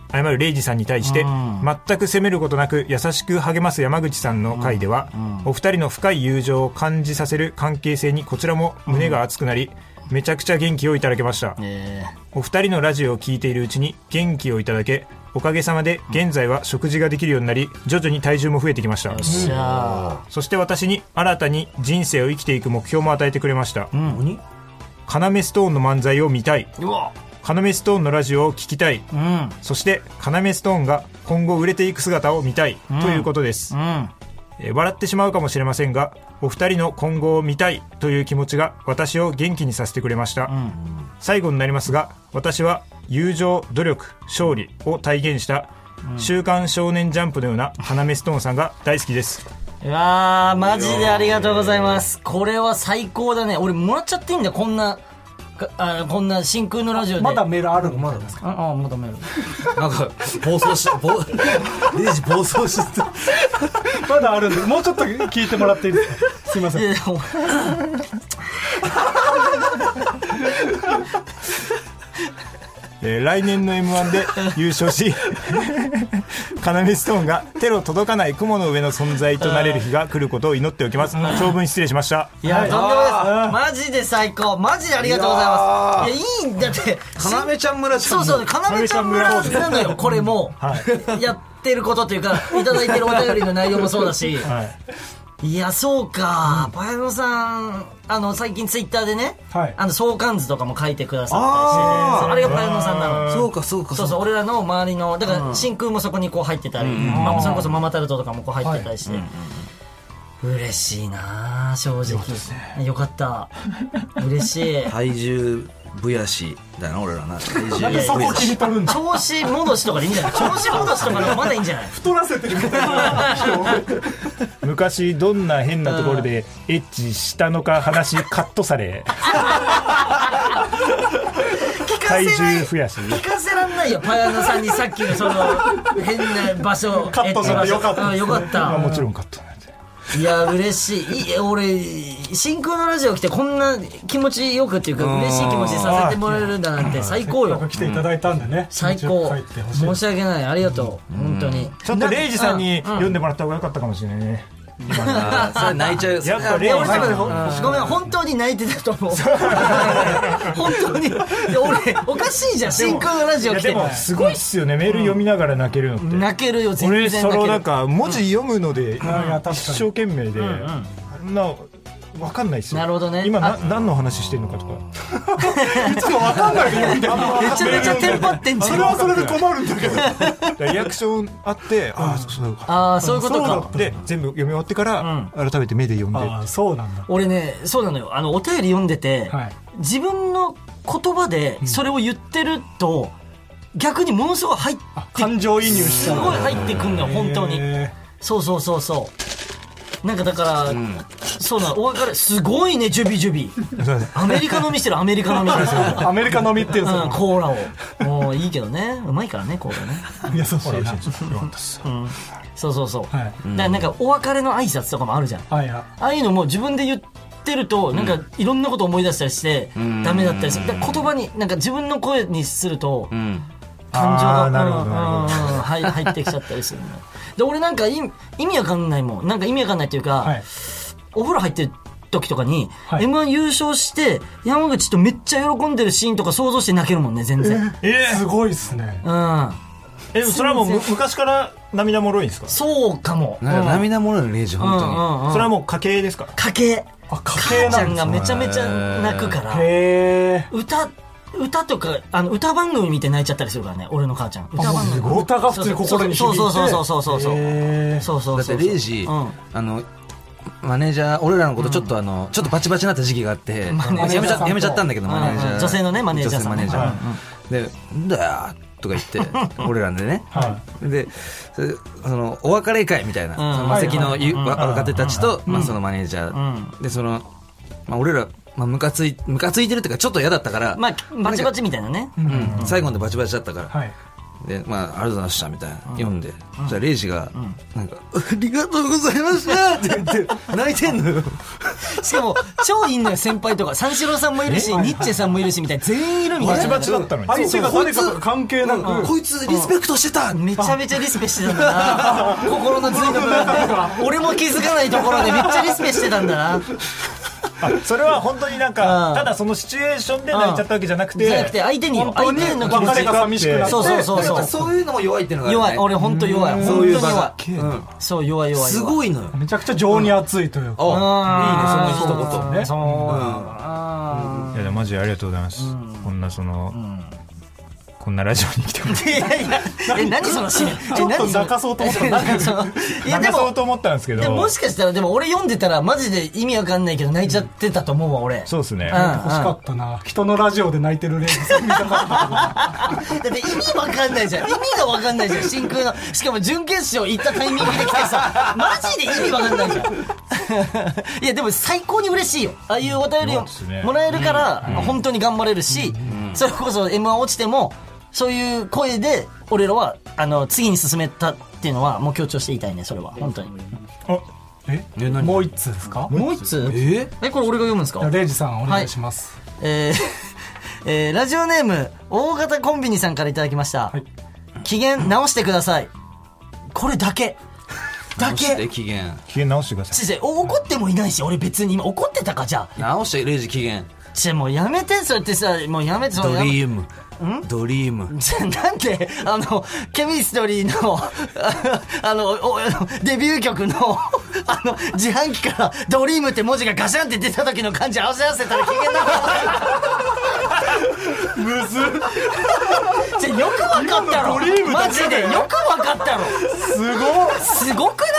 謝るレイジさんに対して、全く責めることなく優しく励ます山口さんの回では、お二人の深い友情を感じさせる関係性にこちらも胸が熱くなり、めちゃくちゃ元気をいただけました、えー、お二人のラジオを聞いているうちに元気をいただけ、おかげさまで現在は食事ができるようになり、徐々に体重も増えてきました。よっしゃー。そして私に新たに人生を生きていく目標も与えてくれました。うん、カナメストーンの漫才を見たい、うわ、カナメストーンのラジオを聞きたい、うん、そしてカナメストーンが今後売れていく姿を見たい、うん、ということです、うん、えー、笑ってしまうかもしれませんが、お二人の今後を見たいという気持ちが私を元気にさせてくれました、うん、最後になりますが、私は友情、努力、勝利を体現した週刊少年ジャンプのようなカナメストーンさんが大好きです。 うわー、マジでありがとうございます。これは最高だね。俺もらっちゃっていいんだよ、こんなあこんな真空のラジオで。 まだメールあるの？まだですか？ ああ、まだメールなんか暴走し暴レイジ暴走してまだあるんで、もうちょっと聞いてもらっていいですか？すいません。いやいやえー、来年の エムワン で優勝しカナメストーンが手の届かない雲の上の存在となれる日が来ることを祈っておきます。長文失礼しました。 いや、とんでもないです。マジで最高。マジでありがとうございます。いや、いいんだって。 カナメちゃん村そうそう、カナメちゃん村なのよ、これも、はい、やってることというか、いただいてるお便りの内容もそうだし、はい、いや、そうか、うん、パヤロさん、あの、最近ツイッターでね、はい、あの、相関図とかも書いてくださったりして、あれがパヤロさんなの。 そうか、そうか。 そうそう、俺らの周りの、だから、真空もそこにこう入ってたり、まあ、それこそママタルトとかもこう入ってたりして、はい、嬉しいな正直。よかった。嬉しい。 体重増やしだな、俺らな。体重なんでそこ切り取るんだ。 調子戻しとかでいいんじゃない？調子戻しとかでもまだいいんじゃない？ 太らせてるみたいな昔どんな変なところでエッチしたのか話カットされ体重増やし聞かせらんないよ、パヤノさんにさっきのその変な場所カットされてよかった、 うん、よかった。 もちろんカットなんで。 いや、嬉しい。い俺真空のラジオ来てこんな気持ちよくっていうか嬉しい気持ちさせてもらえるんだなんて最高よ。 来ていただいたんでね、 最高。申し訳ない、ありがとう、本当に。 ちょっとレイジさんに読んでもらった方が良かったかもしれないね。 それ泣いちゃう。 やっぱレイジさんごめん、本当に泣いてたと思う本当に。俺おかしいじゃん、真空のラジオ来て。 でもすごいっすよね、メール読みながら泣けるのって。 泣けるよ、全然泣ける。 俺そのなんか文字読むので一生懸命でな分かんないっすよ。 なるほどね。 今な何の話してんのかとかいつも分かんないで読んでる。 めちゃめちゃテンパってんじゃん。 それはそれで困るんだけどリアクションあってああそういうことかで全部読み終わってから改めて目で読んで。 あそうなんだ。 俺ね、そうなのよ、あのお便り読んでて、はい、自分の言葉でそれを言ってると、うん、逆にものすごい入って感情移入してすごい入ってくんだよ本当に。そうそうそうそうなんかだから、うん、そうなの、お別れすごいね、ジュビジュビアメリカ飲みしてる、アメリカ飲みアメリカ飲みっていう、 うん、コーラをもういいけどね、うまいからねコーラね。 優しいな、 うん、そうそうそう、はい、だからなんかお別れの挨拶とかもあるじゃん、はいはい、ああいうのも自分で言ってるとなんかいろんなこと思い出したりしてダメだったりする。だから言葉になんか自分の声にすると、うん、感情が、うんうん、入ってきちゃったりするので、俺なんか意味わかんないもん、なんか意味わかんないっていうか、はい、お風呂入ってる時とかに、はい、エムワン 優勝して山口とめっちゃ喜んでるシーンとか想像して泣けるもんね、全然。 えーえー、すごいっすね。 うん。 え、それはもう昔から涙もろいんですか？ そうかも。 なんか涙もろいのレイジ、本当に、うんうんうん。それはもう家系ですか？ 家系。 あ、家系なんですか？ 母ちゃんがめちゃめちゃ泣くから。 へー。 歌歌とかあの歌番組見て泣いちゃったりするからね、俺の母ちゃん。歌番組。 歌が普通に心に響いて。 そうそうそうそうそうそう。そうそう。 だってレイジ、うん、あのマネージャー俺らのことちょっとあの、うん、ちょっとバチバチになった時期があって、うん、やめちゃやめちゃったんだけど、マネージャー、 女性のねマネージャーさん、 マネージャー、うん、でんだよとか言って俺らでね、はい、でそのお別れ会みたいな、うん、そのマセキの若手たちと、うんまあ、そのマネージャー、うん、でその、まあ、俺らまあ、ムカつい、ムカついてるっていうかちょっと嫌だったから、 まあ、バチバチみたいなね、 うんうん、最後までバチバチだったから、はい、 で、まあ、ありがとうございましたみたいな、読んで、じゃあレイジが、なんか、ありがとうございましたって言って泣いてんのよ。 しかも超いいのよ、先輩とか三四郎さんもいるしニッチェさんもいるしみたいな、全員いるみたいな。 バチバチだったのに相手が誰かとか関係なく、 こいつリスペクトしてた。 めちゃめちゃリスペしてたんだな。心の髄の部分で俺も気づかないところでめっちゃリスペしてたんだな。 それは本当になんかただそのシチュエーションで泣いちゃったわけじゃなくて、 じゃなくて相手に相手の気持ち別れが寂しくなって、 そうそうそうそう、 そういうのも弱いっていうのがあるね。 弱い、俺本当弱い、 そういう場本が当に弱い、そう弱い弱い、 すごいのよ。 めちゃくちゃ情に熱いというか、 あ、いいね、その一言ね。 そう、 いやでもマジでありがとうございます。こんなそのこんなラジオに来てもらって、 いやいや、え、何そのシーン、 ちょっと泣かそうと思ったんだけど、 いやでも泣かそうと思ったんですけど、 でももしかしたらでも俺読んでたらマジで意味わかんないけど泣いちゃってたと思うわ俺。 そうですね。 うん、 欲しかったな。人のラジオで泣いてるレイジさん見たかっただって意味わかんないじゃん。意味がわかんないじゃん。真空の。しかも準決勝行ったタイミングで来てさ、マジで意味わかんないじゃん。いやでも最高に嬉しいよ。ああいうお便りをもらえるから本当に頑張れるし、それこそ エムワン 落ちてもそういう声で俺らはあの次に進めたっていうのはもう強調していたいね。それは本当に。 あ、え、もう一通ですか？ もう一通？ ええ、これ俺が読むんですか？ レイジさんお願いします。 はい、えーえー、ラジオネーム大型コンビニさんからいただきました、はい、機嫌直してください。これだけだけ直して機嫌機嫌直してください。 先生怒ってもいないし俺別に今怒ってたか。じゃあ直してレイジ機嫌。 ちょもうやめて、そうやってさ、もうやめて。 ドリームドリームなんであのケミストリーのあのおデビュー曲のあの自販機からドリームって文字がガシャンって出た時の感じ合わせ合わせたら機嫌なのむずっじゃよくわかったろ。マジでよくわかったろ。 すごいすごくない？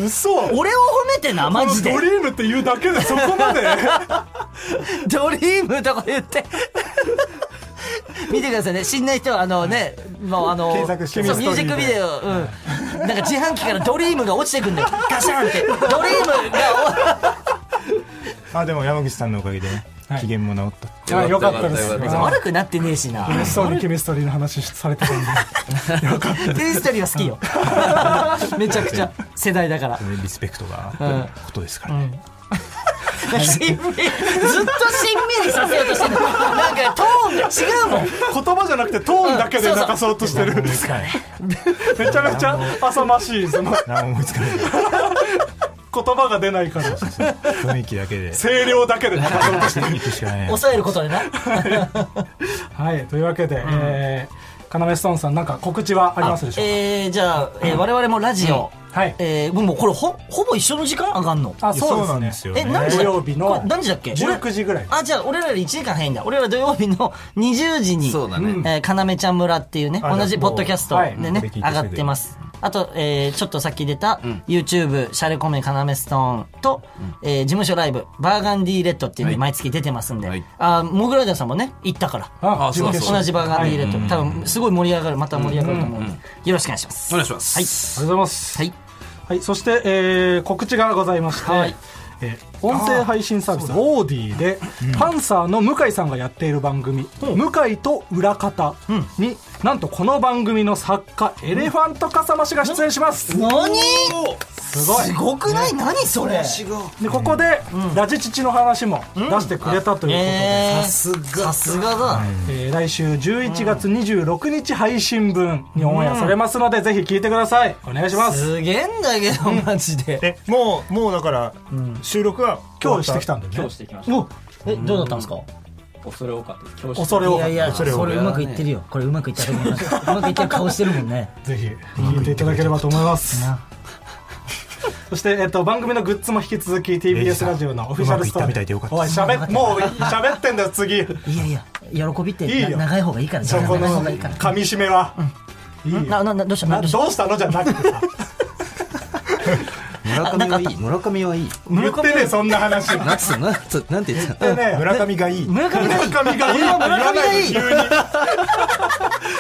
嘘。 俺を褒めてなマジで。 ドリームって言うだけでそこまでドリームとか言って見てくださいね。知んない人はあのね、もうあの検索してみミュージックビデオ、うん、なんか自販機からドリームが落ちてくんだよ。ガシャンってドリームがあ、でも山口さんのおかげでね、はい、機嫌も治ったって。 あ、よかったです。 悪くなってねえしな。 ケミストリーケミストリーの話されてたんでよかったです。 ケミストリーは好きよめちゃくちゃ世代だから。 リスペクトが、うん、ことですからね、 うん、しんみりずっとしんみりさせようとしてる。なんかトーンが違うもん。 言葉じゃなくてトーンだけで泣かそうとしてる、うん、そうそうめちゃめちゃ浅ましい。その何も思いつかない言葉が出ないから雰囲気だけで声量だけで泣かそうとしてる抑えることでなはい、というわけで、うん、えー、カナメストーンさんなんか告知はありますでしょうか？ えー、じゃあ、えー、我々もラジオ、うん、はい、えー、もうこれ ほ, ほぼ一緒の時間上がんの？ あ、そうなんですよ、ね、 え、何時土曜日の何時だっけ？ じゅうくじぐらい。 あ、じゃあ俺らよりいちじかん早いんだ。俺ら土曜日のにじゅうじにそうだね、 えー、かなめちゃん村っていうね、同じポッドキャストでね、はい、上がってます。あと、えー、ちょっとさっき出た、うん、YouTube シャレコメカナメストーンと、うん、えー、事務所ライブバーガンディレッドっていうのに毎月出てますんで、はい、あモグライダーさんもね行ったから、 ああ、そう同じバーガンディレッド、はい、多分すごい盛り上がる、また盛り上がると思うんで、うん、よろしくお願いします。 お願いします。 はい、ありがとうございます。 はい、 はい、そして、えー、告知がございまして、はい、えー、音声配信サービスオーディで、うん、パンサーの向井さんがやっている番組、うん、向井と裏方に、うん、なんとこの番組の作家、うん、エレファントカサマシが出演します。 何？ すごいすごくない？ね、何それでここで、うん、ラジチチの話も出してくれたということで、 さすがさすがだ、 えー、来週じゅういちがつにじゅうろくにち配信分にオンエアされますので、うん、ぜひ聞いてください。お願いします。 すげえんだけどマジでえもうもうだから、うん、収録は今日してきたんだよね。 今日してきました。 えどうだったんですか？ 恐れ多かったです。今日恐れ多かった。 いやいやそれうまくいってるよ。これうまくいったと思います。うまくいってる顔してるもんね。 ぜひ聞いていただければと思います。そして、えっと、番組のグッズも引き続き ティービーエス ラジオのオフィシャルストアで。おい、しゃべもう喋ってんだよ次。いやいや喜びっていいよ、長い方がいいから。 そこの噛み締めは、 うん、いいよ。なななどうしたなどうしたのじゃなくてさ村上はいい村上はいい言ってね、そんな話なんつなんつなんて言ってた村上がいい村上がいい村上がいい村上がいい急に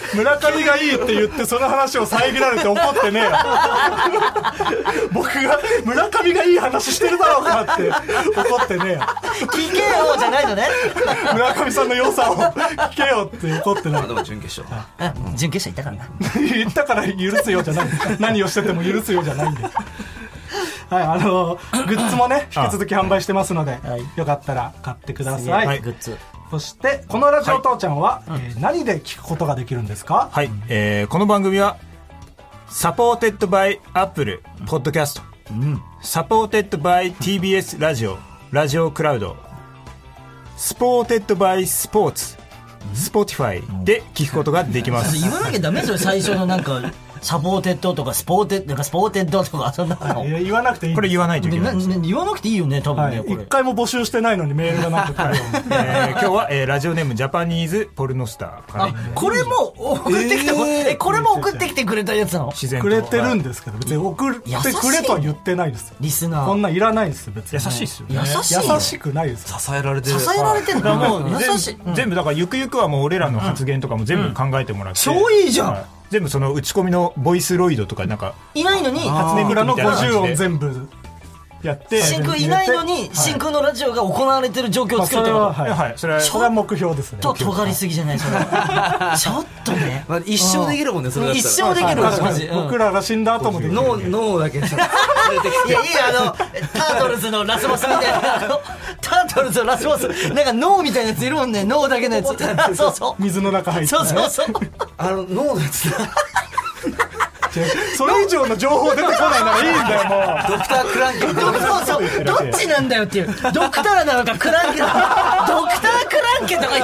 村上がいいって言ってその話を遮られて怒ってねえよ僕が村上がいい話してるだろうかって怒ってねえよ聞けよじゃないのね。 村上さんの良さを聞けよって怒ってないでも準決勝うん準決勝行ったからな。 言ったから許すよじゃない何をしてても許すよじゃないんではい、あのグッズもね引き続き販売してますので、はい、よかったら買ってください、 はい、グッズ。 そしてこのラジオ父ちゃんは、はい、えー、何で聞くことができるんですか？ はい、えー、この番組はサポーテッドバイアップルポッドキャスト、うん、サポーテッドバイ ティービーエス ラジオラジオクラウド、スポーテッドバイスポーツスポティファイで聞くことができます。 言わなきゃダメですよ最初のなんかサポーテッドとかスポーテッドとかスポーテッドとかそんなの言わなくていい。 これ言わないといけないです。 言わなくていいよね多分ね。 はい、一回も募集してないのにメールがなんか来るよ、 えー、今日は、えー、ラジオネームジャパニーズポルノスターから、ね、 あこれも送ってきて、えー、これも送ってきてくれたやつなの？ 自然とくれてるんですけど別に送ってくれとは言ってないですよ。 リスナーこんなんいらないです別に。 優しいっすよね。 優しい優しくないです。 支えられてる。 支えられてるのもう優しい、 うん、全部だからゆくゆくはもう俺らの発言とかも全部考えてもらって、 うんうん、超いいじゃん、 はい、全部その打ち込みのボイスロイドとかなんかいないのに初音ミクみたいな感じでごじゅう音全部やって真空いないのに真空のラジオが行われてる状況を作るってこと、 まあ、それは、はいはい、それはそれは目標ですね。 ちょっと尖りすぎじゃないそれちょっとね、 まあ、一生できるもんねそれだったら。 一生できるわマジ、 うん、僕らが死んだ後もできる。 脳脳だけさいやいいあのタートルズのラスボスみたいなタートルズのラスボスなんか脳みたいなやついるもんね。脳だけのやつそうそう水の中入って、ね、 そうそうそうあの脳のやつだそれ以上の情報出てこないならいいんだよもう。 ドクタークランケンそうそうどっちなんだよっていうドクターなのかクランケンドクタークランケンとか言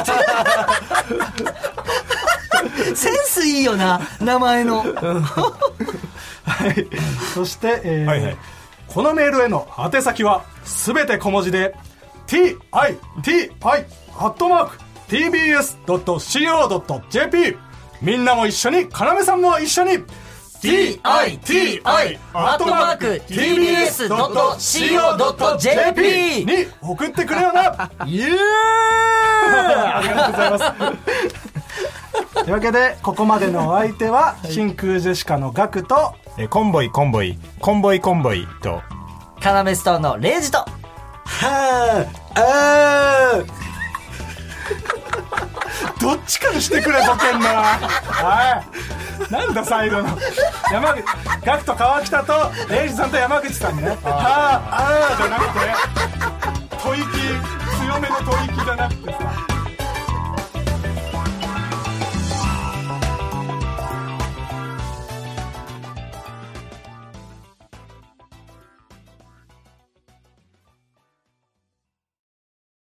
ってセンスいいよな名前のはい、そして、えーはいはい、 このメールへの宛先はすべて小文字で ティーアイティーアイ アットマーク ティービーエス ドット シーオー ドット ジェーピー みんなも一緒に要さんも一緒に ティーアイティーアイ アットマーク ティービーエス ドット シーオー ドット ジェーピー に送ってくれよなイエーイありがとうございますというわけでここまでのお相手は真空ジェシカのガクとえコンボイコンボイコンボイコンボイとカナメストーンのレイジとはーあーどっちからしてくれボケんなはいなんだ最後の山口ガクと川北とレイジさんと山口さんねはーあーじゃなくて吐息強めの吐息じゃなくて